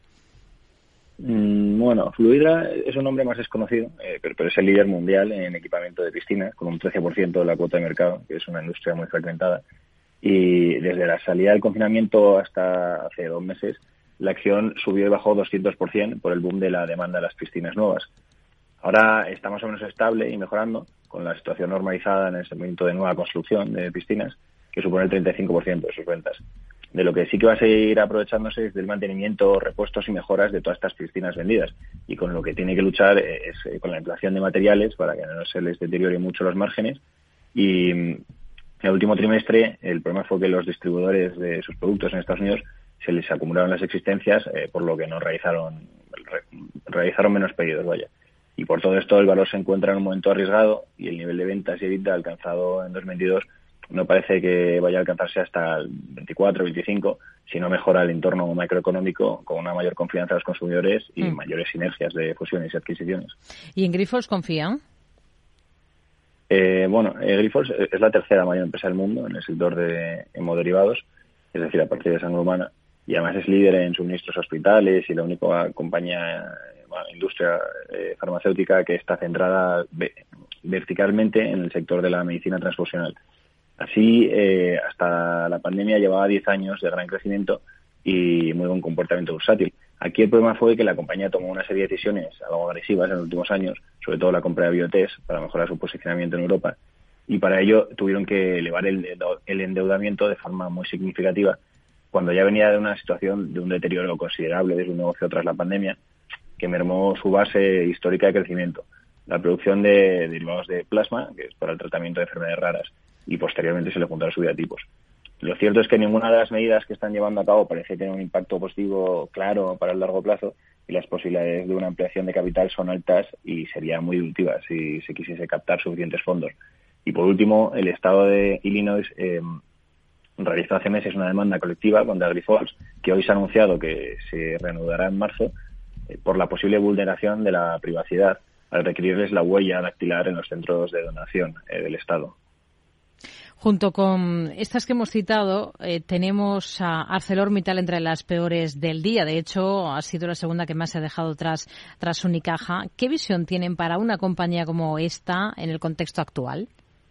Bueno, Fluidra es un nombre más desconocido, eh, pero, pero es el líder mundial en equipamiento de piscinas, con un trece por ciento de la cuota de mercado, que es una industria muy fragmentada. Y desde la salida del confinamiento hasta hace dos meses, la acción subió y bajó doscientos por ciento por el boom de la demanda de las piscinas nuevas. Ahora está más o menos estable y mejorando, con la situación normalizada en el segmento de nueva construcción de piscinas, que supone el treinta y cinco por ciento de sus ventas. De lo que sí que va a seguir aprovechándose es del mantenimiento, repuestos y mejoras de todas estas piscinas vendidas. Y con lo que tiene que luchar es con la inflación de materiales para que no se les deteriore mucho los márgenes. Y en el último trimestre el problema fue que los distribuidores de sus productos en Estados Unidos se les acumularon las existencias, eh, por lo que no realizaron, re, realizaron menos pedidos, vaya. Y por todo esto el valor se encuentra en un momento arriesgado y el nivel de ventas y EBITDA alcanzado en dos mil veintidós no parece que vaya a alcanzarse hasta el veinticuatro, veinticinco, si no mejora el entorno macroeconómico con una mayor confianza de los consumidores y mm. mayores sinergias de fusiones y adquisiciones. ¿Y en Grifols confían? Eh, bueno, eh, Grifols es la tercera mayor empresa del mundo en el sector de hemoderivados, es decir, a partir de sangre humana, y además es líder en suministros a hospitales y la única compañía, bueno, industria eh, farmacéutica que está centrada ve- verticalmente en el sector de la medicina transfusional. Así, eh, hasta la pandemia llevaba diez años de gran crecimiento y muy buen comportamiento bursátil. Aquí el problema fue que la compañía tomó una serie de decisiones algo agresivas en los últimos años, sobre todo la compra de Biotest para mejorar su posicionamiento en Europa, y para ello tuvieron que elevar el, el endeudamiento de forma muy significativa, cuando ya venía de una situación de un deterioro considerable de su negocio tras la pandemia, que mermó su base histórica de crecimiento. la producción de derivados de plasma, que es para el tratamiento de enfermedades raras, y posteriormente se le juntará subida a tipos. Lo cierto es que ninguna de las medidas que están llevando a cabo parece tener un impacto positivo claro para el largo plazo, y las posibilidades de una ampliación de capital son altas y sería muy dilutiva si se quisiese captar suficientes fondos. Y por último, el estado de Illinois eh, realizó hace meses una demanda colectiva contra Grifols, que hoy se ha anunciado que se reanudará en marzo eh, por la posible vulneración de la privacidad al requerirles la huella dactilar en los centros de donación eh, del Estado. Junto con estas que hemos citado, eh, tenemos a ArcelorMittal entre las peores del día. De hecho, ha sido la segunda que más se ha dejado tras, tras Unicaja. ¿Qué visión tienen para una compañía como esta en el contexto actual?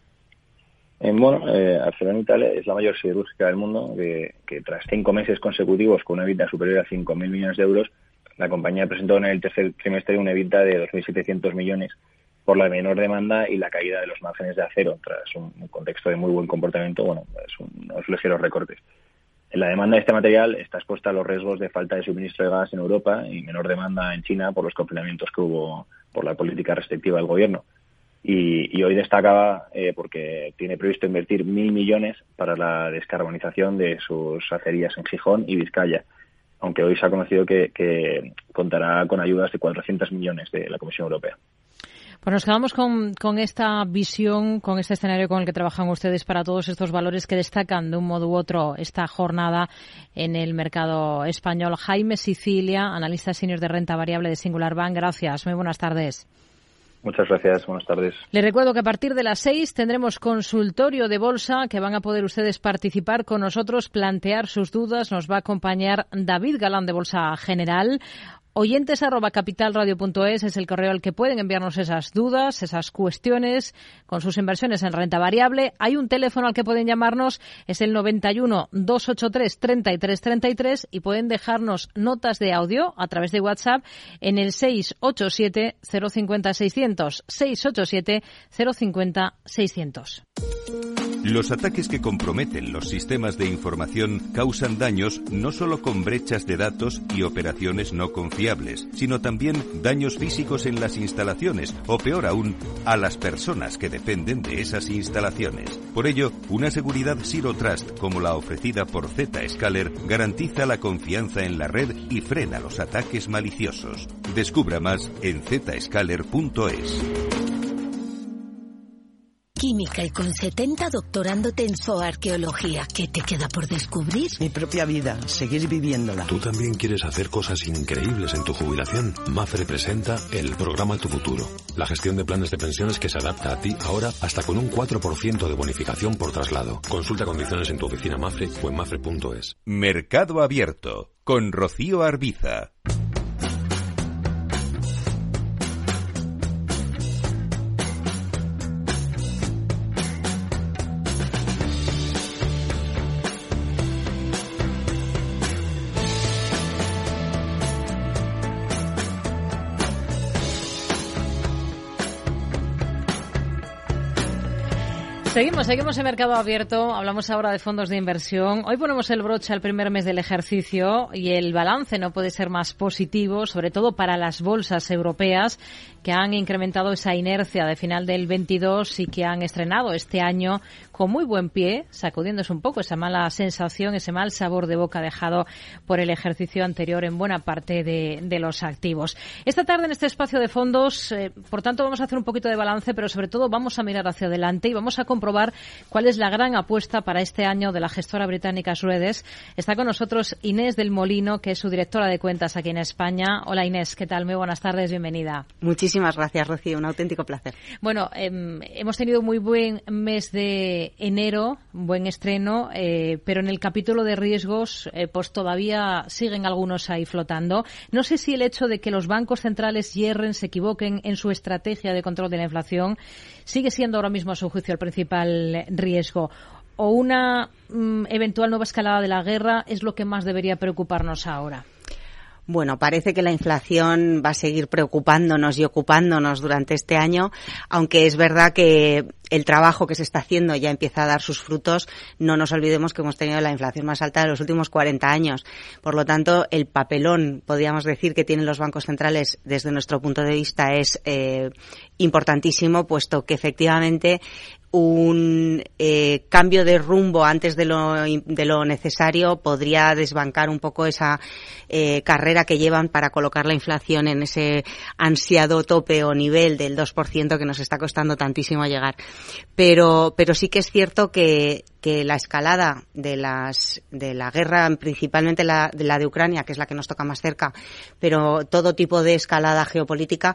Eh, bueno, eh, ArcelorMittal es la mayor siderúrgica del mundo, que, que tras cinco meses consecutivos con una EBITDA superior a cinco mil millones de euros, la compañía presentó en el tercer trimestre una EBITDA de dos mil setecientos millones por la menor demanda y la caída de los márgenes de acero, tras un, un contexto de muy buen comportamiento, bueno, es un, unos ligeros recortes. La demanda de este material está expuesta a los riesgos de falta de suministro de gas en Europa y menor demanda en China por los confinamientos que hubo por la política restrictiva del gobierno. Y, y hoy destacaba eh, porque tiene previsto invertir mil millones para la descarbonización de sus acerías en Gijón y Vizcaya, aunque hoy se ha conocido que, que contará con ayudas de cuatrocientos millones de la Comisión Europea. Pues nos quedamos con, con esta visión, con este escenario con el que trabajan ustedes para todos estos valores que destacan de un modo u otro esta jornada en el mercado español. Jaime Sicilia, analista senior de renta variable de Singular Bank. Gracias. Muy buenas tardes. Muchas gracias. Buenas tardes. Les recuerdo que a partir de las seis tendremos consultorio de bolsa, que van a poder ustedes participar con nosotros, plantear sus dudas. Nos va a acompañar David Galán de Bolsa General. Oyentes arroba capitalradio punto es es el correo al que pueden enviarnos esas dudas, esas cuestiones con sus inversiones en renta variable. Hay un teléfono al que pueden llamarnos, es el noventa y uno, doscientos ochenta y tres, treinta y tres treinta y tres, y pueden dejarnos notas de audio a través de WhatsApp en el seis ocho siete, cero cinco cero, seiscientos, seis ocho siete, cero cinco cero, seiscientos. Los ataques que comprometen los sistemas de información causan daños no solo con brechas de datos y operaciones no confiables, sino también daños físicos en las instalaciones o, peor aún, a las personas que dependen de esas instalaciones. Por ello, una seguridad Zero Trust como la ofrecida por Zscaler garantiza la confianza en la red y frena los ataques maliciosos. Descubra más en zscaler punto es. Química y con setenta doctorándote en zooarqueología. ¿Qué te queda por descubrir? Mi propia vida, seguir viviéndola. ¿Tú también quieres hacer cosas increíbles en tu jubilación? Mafre presenta el programa Tu Futuro. La gestión de planes de pensiones que se adapta a ti ahora hasta con un cuatro por ciento de bonificación por traslado. Consulta condiciones en tu oficina Mafre o en mafre punto es. Mercado Abierto con Rocío Arbiza. Seguimos, seguimos en Mercado Abierto. Hablamos ahora de fondos de inversión. Hoy ponemos el broche al primer mes del ejercicio y el balance no puede ser más positivo, sobre todo para las bolsas europeas, que han incrementado esa inercia de final del veintidós y que han estrenado este año con muy buen pie, sacudiéndose un poco esa mala sensación, ese mal sabor de boca dejado por el ejercicio anterior en buena parte de, de los activos. Esta tarde en este espacio de fondos, eh, por tanto, vamos a hacer un poquito de balance, pero sobre todo vamos a mirar hacia adelante y vamos a comprobar cuál es la gran apuesta para este año de la gestora británica Schroders. Está con nosotros Inés del Molino, que es su directora de cuentas aquí en España. Hola Inés, ¿qué tal? Muy buenas tardes, bienvenida. Muchísimas gracias, Rocío, un auténtico placer. Bueno, eh, hemos tenido muy buen mes de enero, buen estreno, eh, pero en el capítulo de riesgos eh, pues todavía siguen algunos ahí flotando. No sé si el hecho de que los bancos centrales hierren, se equivoquen en su estrategia de control de la inflación, sigue siendo ahora mismo a su juicio el principal riesgo, o una mm, eventual nueva escalada de la guerra es lo que más debería preocuparnos ahora. Bueno, parece que la inflación va a seguir preocupándonos y ocupándonos durante este año, aunque es verdad que el trabajo que se está haciendo ya empieza a dar sus frutos. No nos olvidemos que hemos tenido la inflación más alta de los últimos cuarenta años. Por lo tanto, el papelón, podríamos decir, que tienen los bancos centrales desde nuestro punto de vista es eh, importantísimo, puesto que efectivamente un eh, cambio de rumbo antes de lo, de lo necesario podría desbancar un poco esa eh, carrera que llevan para colocar la inflación en ese ansiado tope o nivel del dos por ciento que nos está costando tantísimo llegar. Pero, pero sí que es cierto que, que la escalada de las, de la guerra, principalmente la, de la de Ucrania, que es la que nos toca más cerca, pero todo tipo de escalada geopolítica,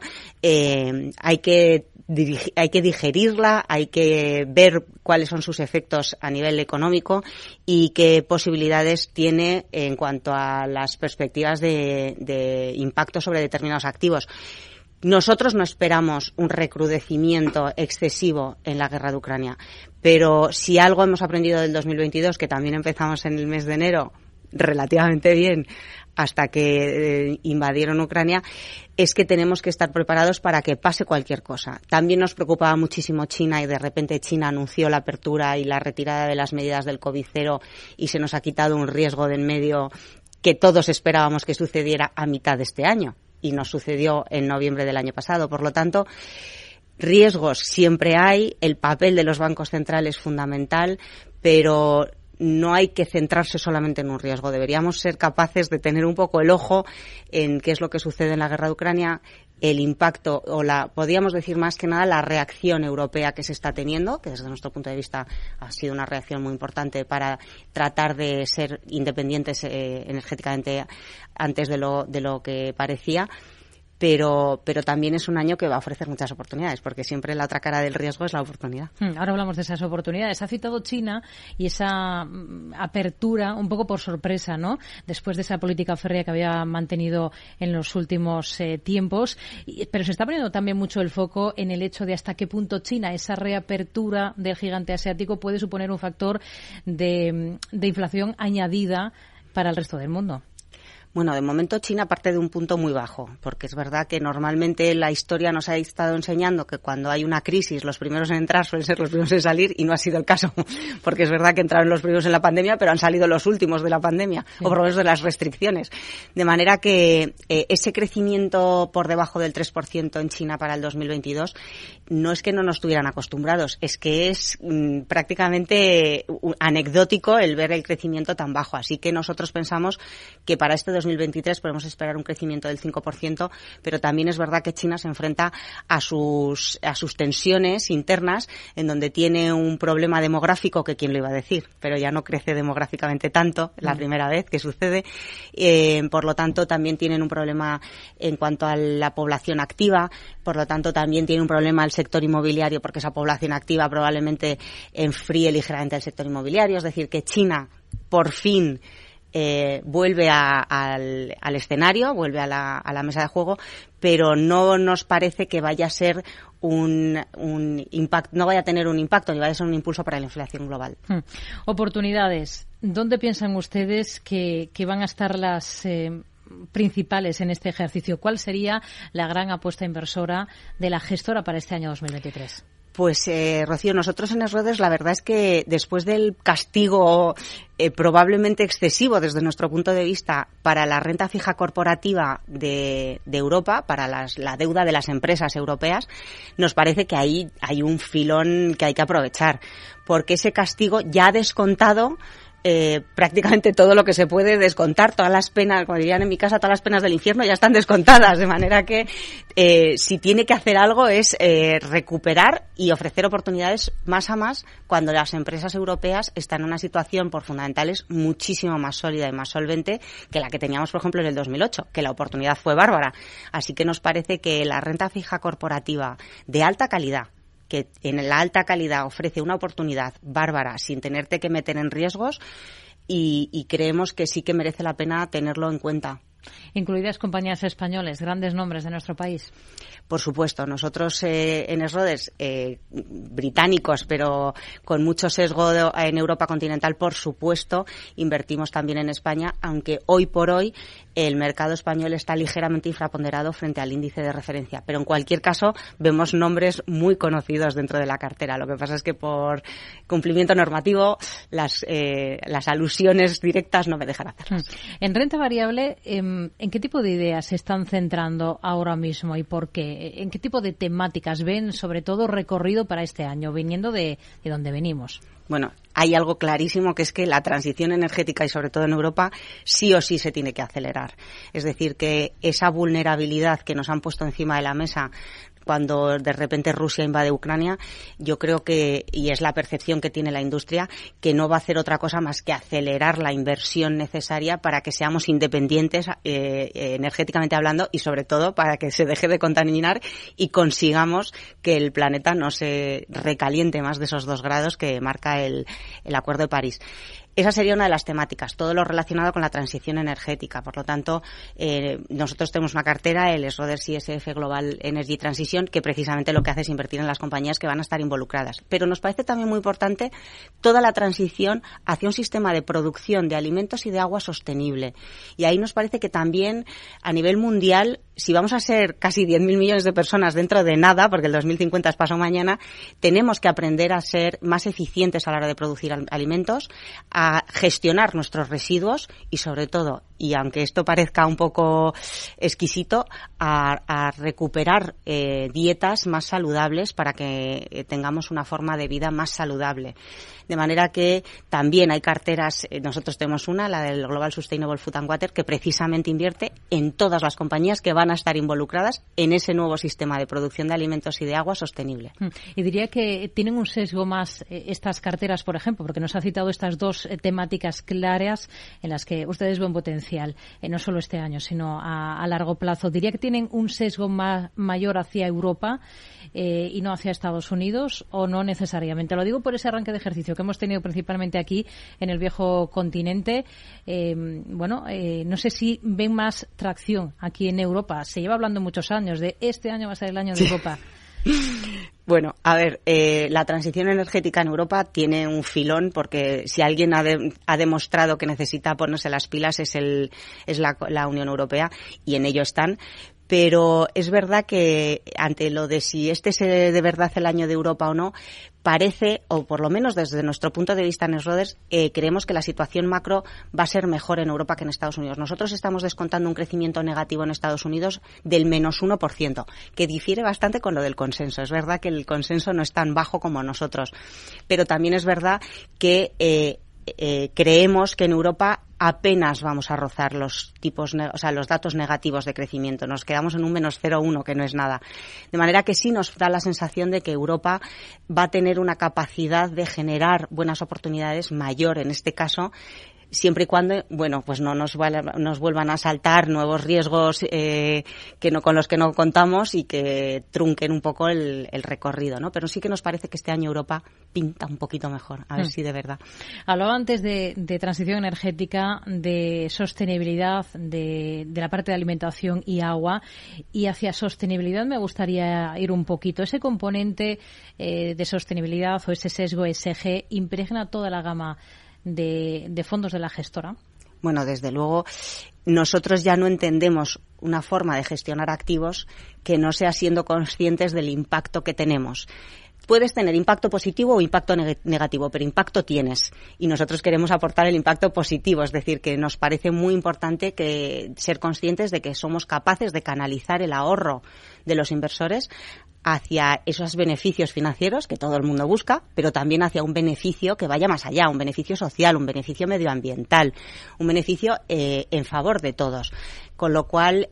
eh, hay que hay que digerirla, hay que ver cuáles son sus efectos a nivel económico y qué posibilidades tiene en cuanto a las perspectivas de, de impacto sobre determinados activos. Nosotros no esperamos un recrudecimiento excesivo en la guerra de Ucrania, pero si algo hemos aprendido del dos mil veintidós, que también empezamos en el mes de enero relativamente bien, hasta que eh, invadieron Ucrania, es que tenemos que estar preparados para que pase cualquier cosa. También nos preocupaba muchísimo China y de repente China anunció la apertura y la retirada de las medidas del COVID cero y se nos ha quitado un riesgo de en medio que todos esperábamos que sucediera a mitad de este año y nos sucedió en noviembre del año pasado. Por lo tanto, riesgos siempre hay, el papel de los bancos centrales es fundamental, pero no hay que centrarse solamente en un riesgo. Deberíamos ser capaces de tener un poco el ojo en qué es lo que sucede en la guerra de Ucrania, el impacto, o la, podríamos decir más que nada, la reacción europea que se está teniendo, que desde nuestro punto de vista ha sido una reacción muy importante para tratar de ser independientes eh, energéticamente antes de lo, de lo que parecía. Pero, pero también es un año que va a ofrecer muchas oportunidades, porque siempre la otra cara del riesgo es la oportunidad. Ahora hablamos de esas oportunidades. Ha citado China y esa apertura un poco por sorpresa, ¿no? Después de esa política férrea que había mantenido en los últimos eh, tiempos. Y, pero se está poniendo también mucho el foco en el hecho de hasta qué punto China, esa reapertura del gigante asiático, puede suponer un factor de, de inflación añadida para el resto del mundo. Bueno, de momento China parte de un punto muy bajo, porque es verdad que normalmente la historia nos ha estado enseñando que cuando hay una crisis los primeros en entrar suelen ser los primeros en salir, y no ha sido el caso, porque es verdad que entraron los primeros en la pandemia, pero han salido los últimos de la pandemia, sí, o por lo menos de las restricciones. De manera que eh, ese crecimiento por debajo del tres por ciento en China para el dos mil veintidós no es que no nos estuvieran acostumbrados, es que es mm, prácticamente uh, anecdótico el ver el crecimiento tan bajo. Así que nosotros pensamos que para este dos mil veintitrés podemos esperar un crecimiento del cinco por ciento, pero también es verdad que China se enfrenta a sus a sus tensiones internas, en donde tiene un problema demográfico que quién lo iba a decir, pero ya no crece demográficamente tanto, la mm. primera vez que sucede. Eh, por lo tanto, también tienen un problema en cuanto a la población activa, por lo tanto, también tiene un problema el sector inmobiliario, porque esa población activa probablemente enfríe ligeramente el sector inmobiliario. Es decir, que China, por fin, Eh, vuelve a, al, al escenario, vuelve a la, a la mesa de juego, pero no nos parece que vaya a ser un, un impacto, no vaya a tener un impacto ni vaya a ser un impulso para la inflación global. Hmm. Oportunidades. ¿Dónde piensan ustedes que, que van a estar las eh, principales en este ejercicio? ¿Cuál sería la gran apuesta inversora de la gestora para este año dos mil veintitrés? Pues, eh, Rocío, nosotros en Schroders la verdad es que después del castigo eh, probablemente excesivo desde nuestro punto de vista para la renta fija corporativa de, de Europa, para las, la deuda de las empresas europeas, nos parece que ahí hay un filón que hay que aprovechar, porque ese castigo ya ha descontado Eh, prácticamente todo lo que se puede descontar, todas las penas, como dirían en mi casa, todas las penas del infierno ya están descontadas, de manera que eh, si tiene que hacer algo es eh, recuperar y ofrecer oportunidades más a más cuando las empresas europeas están en una situación por fundamentales muchísimo más sólida y más solvente que la que teníamos, por ejemplo, en el dos mil ocho, que la oportunidad fue bárbara. Así que nos parece que la renta fija corporativa de alta calidad, que en la alta calidad ofrece una oportunidad bárbara sin tenerte que meter en riesgos, y, y creemos que sí que merece la pena tenerlo en cuenta. Incluidas compañías españolas, grandes nombres de nuestro país. Por supuesto, nosotros eh, en Schroders, eh, británicos, pero con mucho sesgo de, en Europa continental, por supuesto, invertimos también en España, aunque hoy por hoy el mercado español está ligeramente infraponderado frente al índice de referencia. Pero en cualquier caso, vemos nombres muy conocidos dentro de la cartera. Lo que pasa es que por cumplimiento normativo, las, eh, las alusiones directas no me dejan hacerlas. En renta variable, ¿en qué tipo de ideas se están centrando ahora mismo y por qué? ¿En qué tipo de temáticas ven, sobre todo, recorrido para este año, viniendo de, de donde venimos? Bueno, hay algo clarísimo, que es que la transición energética, y sobre todo en Europa, sí o sí se tiene que acelerar. Es decir, que esa vulnerabilidad que nos han puesto encima de la mesa cuando de repente Rusia invade Ucrania, yo creo que, y es la percepción que tiene la industria, que no va a hacer otra cosa más que acelerar la inversión necesaria para que seamos independientes eh, energéticamente hablando, y sobre todo para que se deje de contaminar y consigamos que el planeta no se recaliente más de esos dos grados que marca el, el Acuerdo de París. Esa sería una de las temáticas, todo lo relacionado con la transición energética. Por lo tanto, eh, nosotros tenemos una cartera, el Schroders I S F Global Energy Transition, que precisamente lo que hace es invertir en las compañías que van a estar involucradas. Pero nos parece también muy importante toda la transición hacia un sistema de producción de alimentos y de agua sostenible. Y ahí nos parece que también, a nivel mundial, si vamos a ser casi diez mil millones de personas dentro de nada, porque el dos mil cincuenta es pasado mañana, tenemos que aprender a ser más eficientes a la hora de producir alimentos, a gestionar nuestros residuos y, sobre todo, y aunque esto parezca un poco exquisito, a, a recuperar eh, dietas más saludables para que eh, tengamos una forma de vida más saludable. De manera que también hay carteras, eh, nosotros tenemos una, la del Global Sustainable Food and Water, que precisamente invierte en todas las compañías que van a estar involucradas en ese nuevo sistema de producción de alimentos y de agua sostenible. Y diría que tienen un sesgo más eh, estas carteras, por ejemplo, porque nos ha citado estas dos eh, temáticas claras en las que ustedes ven potencial, eh, no solo este año, sino a, a largo plazo. Diría que tienen un sesgo más, mayor hacia Europa eh, y no hacia Estados Unidos, o no necesariamente. Lo digo por ese arranque de ejercicio que hemos tenido principalmente aquí en el viejo continente. Eh, bueno, eh, no sé si ven más tracción aquí en Europa. Se lleva hablando muchos años de este año va a ser el año de Europa. Bueno, a ver, eh, la transición energética en Europa tiene un filón, porque si alguien ha, de, ha demostrado que necesita ponerse las pilas es, el, es la, la Unión Europea, y en ello están. Pero es verdad que ante lo de si este es de verdad el año de Europa o no, parece, o por lo menos desde nuestro punto de vista en Schroders, eh, creemos que la situación macro va a ser mejor en Europa que en Estados Unidos. Nosotros estamos descontando un crecimiento negativo en Estados Unidos del menos uno por ciento, que difiere bastante con lo del consenso. Es verdad que el consenso no es tan bajo como nosotros, pero también es verdad que eh, eh, creemos que en Europa apenas vamos a rozar los tipos, o sea, los datos negativos de crecimiento. Nos quedamos en un menos cero coma uno, que no es nada. De manera que sí nos da la sensación de que Europa va a tener una capacidad de generar buenas oportunidades mayor, en este caso, siempre y cuando, bueno, pues no nos, nos vuelvan a saltar nuevos riesgos eh, que no, con los que no contamos y que trunquen un poco el, el recorrido, ¿no? Pero sí que nos parece que este año Europa pinta un poquito mejor, a ver mm. si de verdad. Hablaba antes de, de transición energética, de sostenibilidad, de, de la parte de alimentación y agua, y hacia sostenibilidad me gustaría ir un poquito. Ese componente eh, de sostenibilidad o ese sesgo E S G impregna toda la gama De, de fondos de la gestora? Bueno, desde luego, nosotros ya no entendemos una forma de gestionar activos que no sea siendo conscientes del impacto que tenemos. Puedes tener impacto positivo o impacto neg- negativo, pero impacto tienes. Y nosotros queremos aportar el impacto positivo, es decir, que nos parece muy importante que ser conscientes de que somos capaces de canalizar el ahorro de los inversores hacia esos beneficios financieros que todo el mundo busca, pero también hacia un beneficio que vaya más allá, un beneficio social, un beneficio medioambiental, un beneficio eh, en favor de todos. Con lo cual,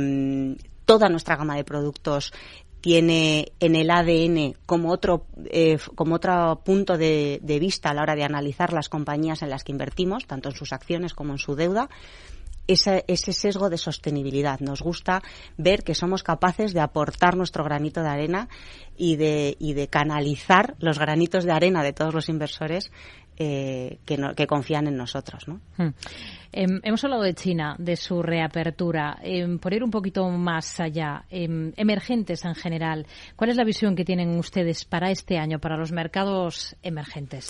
eh, toda nuestra gama de productos tiene en el A D N como otro eh, como otro punto de, de vista a la hora de analizar las compañías en las que invertimos, tanto en sus acciones como en su deuda, ese, ese sesgo de sostenibilidad. Nos gusta ver que somos capaces de aportar nuestro granito de arena y de, y de canalizar los granitos de arena de todos los inversores eh, que, no, que confían en nosotros, ¿no? Hmm. Eh, hemos hablado de China, de su reapertura. Eh, por ir un poquito más allá, eh, emergentes en general, ¿cuál es la visión que tienen ustedes para este año, para los mercados emergentes?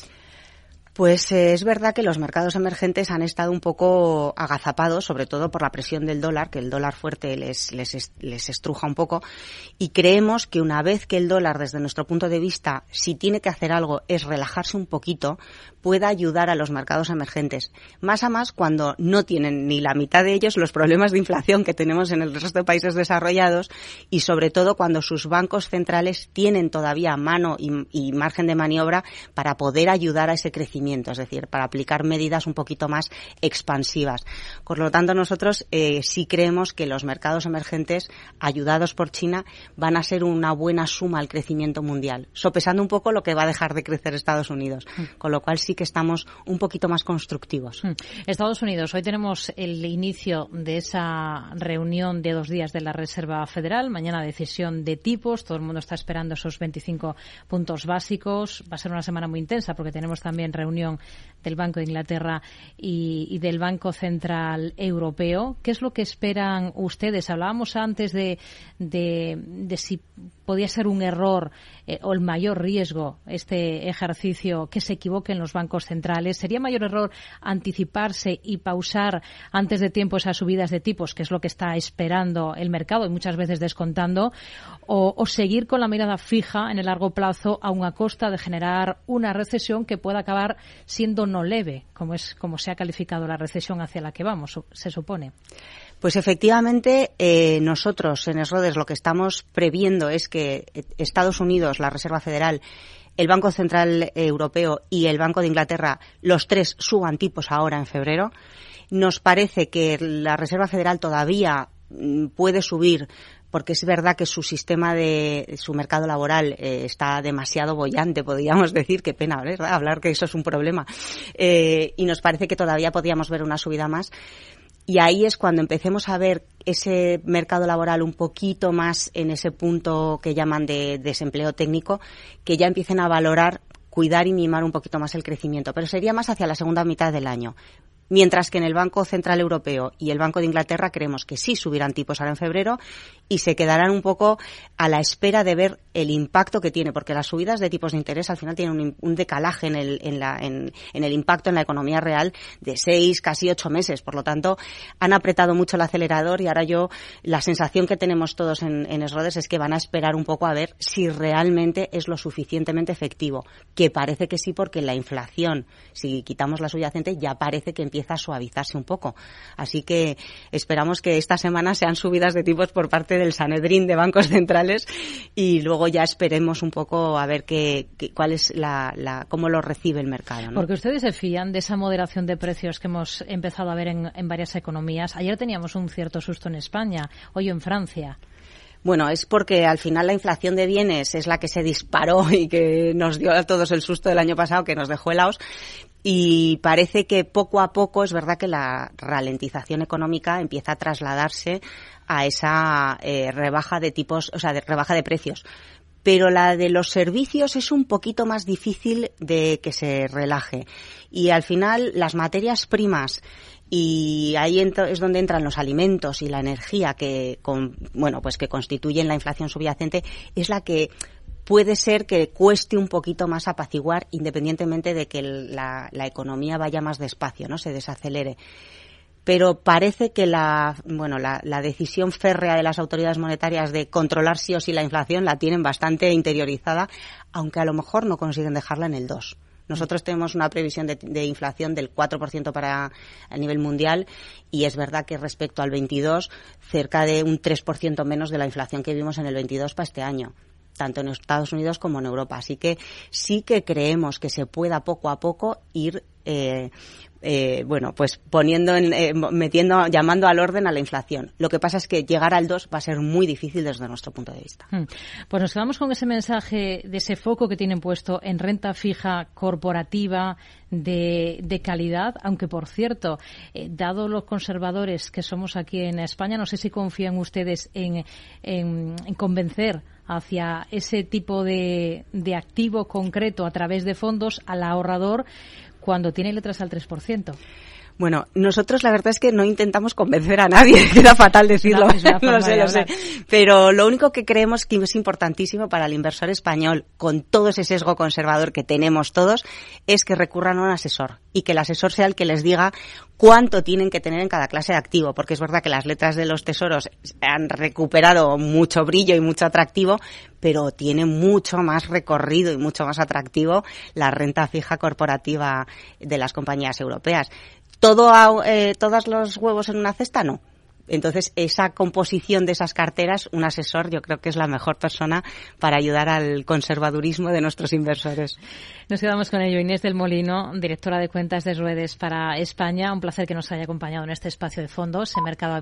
Pues eh, es verdad que los mercados emergentes han estado un poco agazapados, sobre todo por la presión del dólar, que el dólar fuerte les, les, les estruja un poco, y creemos que una vez que el dólar, desde nuestro punto de vista, si tiene que hacer algo, es relajarse un poquito, pueda ayudar a los mercados emergentes. Más a más cuando no tienen ni la mitad de ellos los problemas de inflación que tenemos en el resto de países desarrollados, y sobre todo cuando sus bancos centrales tienen todavía mano y, y margen de maniobra para poder ayudar a ese crecimiento. Es decir, para aplicar medidas un poquito más expansivas. Por lo tanto, nosotros eh, sí creemos que los mercados emergentes, ayudados por China, van a ser una buena suma al crecimiento mundial, sopesando un poco lo que va a dejar de crecer Estados Unidos. Mm. Con lo cual sí que estamos un poquito más constructivos. Mm. Estados Unidos, hoy tenemos el inicio de esa reunión de dos días de la Reserva Federal. Mañana decisión de tipos. Todo el mundo está esperando esos veinticinco puntos básicos. Va a ser una semana muy intensa porque tenemos también reunión del Banco de Inglaterra y, y del Banco Central Europeo. ¿Qué es lo que esperan ustedes? Hablábamos antes de, de, de si podía ser un error eh, o el mayor riesgo este ejercicio que se equivoquen los bancos centrales. ¿Sería mayor error anticiparse y pausar antes de tiempo esas subidas de tipos, que es lo que está esperando el mercado y muchas veces descontando, o, o seguir con la mirada fija en el largo plazo aun a costa de generar una recesión que pueda acabar siendo no leve, como es como se ha calificado la recesión hacia la que vamos, se supone? Pues efectivamente, eh, nosotros en Schroders lo que estamos previendo es que Estados Unidos, la Reserva Federal, el Banco Central Europeo y el Banco de Inglaterra, los tres suban tipos ahora en febrero. Nos parece que la Reserva Federal todavía puede subir, porque es verdad que su sistema de su mercado laboral eh, está demasiado boyante, podríamos decir, qué pena, ¿verdad?, hablar que eso es un problema, eh, y nos parece que todavía podríamos ver una subida más. Y ahí es cuando empecemos a ver ese mercado laboral un poquito más en ese punto que llaman de desempleo técnico, que ya empiecen a valorar, cuidar y mimar un poquito más el crecimiento. Pero sería más hacia la segunda mitad del año. Mientras que en el Banco Central Europeo y el Banco de Inglaterra creemos que sí subirán tipos ahora en febrero y se quedarán un poco a la espera de ver el impacto que tiene, porque las subidas de tipos de interés al final tienen un, un decalaje en el, en, la, en, en el impacto en la economía real de seis, casi ocho meses. Por lo tanto, han apretado mucho el acelerador y ahora yo, la sensación que tenemos todos en, en Schroders es que van a esperar un poco a ver si realmente es lo suficientemente efectivo, que parece que sí, porque la inflación, si quitamos la subyacente, ya parece que empieza empieza a suavizarse un poco. Así que esperamos que esta semana sean subidas de tipos por parte del Sanedrín de bancos centrales y luego ya esperemos un poco a ver qué, qué, cuál es la, la, cómo lo recibe el mercado, ¿no? Porque ustedes se fían de esa moderación de precios que hemos empezado a ver en, en varias economías. Ayer teníamos un cierto susto en España, hoy en Francia. Bueno, es porque al final la inflación de bienes es la que se disparó y que nos dio a todos el susto del año pasado, que nos dejó helados. Y parece que poco a poco es verdad que la ralentización económica empieza a trasladarse a esa eh, rebaja de tipos, o sea, de rebaja de precios. Pero la de los servicios es un poquito más difícil de que se relaje. Y al final las materias primas, y ahí es donde entran los alimentos y la energía que, con, bueno, pues que constituyen la inflación subyacente, es la que puede ser que cueste un poquito más apaciguar, independientemente de que la, la economía vaya más despacio, ¿no? Se desacelere. Pero parece que la, bueno, la, la decisión férrea de las autoridades monetarias de controlar sí o sí la inflación la tienen bastante interiorizada, aunque a lo mejor no consiguen dejarla en el dos. Nosotros tenemos una previsión de, de inflación del cuatro por ciento para a nivel mundial y es verdad que respecto al veintidós, cerca de un tres por ciento menos de la inflación que vimos en el veintidós para este año, tanto en Estados Unidos como en Europa. Así que sí que creemos que se pueda poco a poco ir eh, eh, bueno, pues poniendo en, eh, metiendo, llamando al orden a la inflación. Lo que pasa es que llegar al dos va a ser muy difícil desde nuestro punto de vista. Pues nos quedamos con ese mensaje de ese foco que tienen puesto en renta fija corporativa de, de calidad, aunque por cierto, eh, dado los conservadores que somos aquí en España, no sé si confían ustedes en, en, en convencer hacia ese tipo de, de activo concreto a través de fondos al ahorrador, cuando tiene letras al tres por ciento. Bueno, nosotros la verdad es que no intentamos convencer a nadie, queda fatal decirlo, Es una, es una lo sé, lo sé. Pero lo único que creemos que es importantísimo para el inversor español, con todo ese sesgo conservador que tenemos todos, es que recurran a un asesor y que el asesor sea el que les diga cuánto tienen que tener en cada clase de activo, porque es verdad que las letras de los tesoros han recuperado mucho brillo y mucho atractivo, pero tiene mucho más recorrido y mucho más atractivo la renta fija corporativa de las compañías europeas. ¿Todo, eh, todos los huevos en una cesta? No. Entonces, esa composición de esas carteras, un asesor yo creo que es la mejor persona para ayudar al conservadurismo de nuestros inversores. Nos quedamos con ello. Inés del Molino, directora de cuentas de Ruedes para España. Un placer que nos haya acompañado en este espacio de fondos en Mercado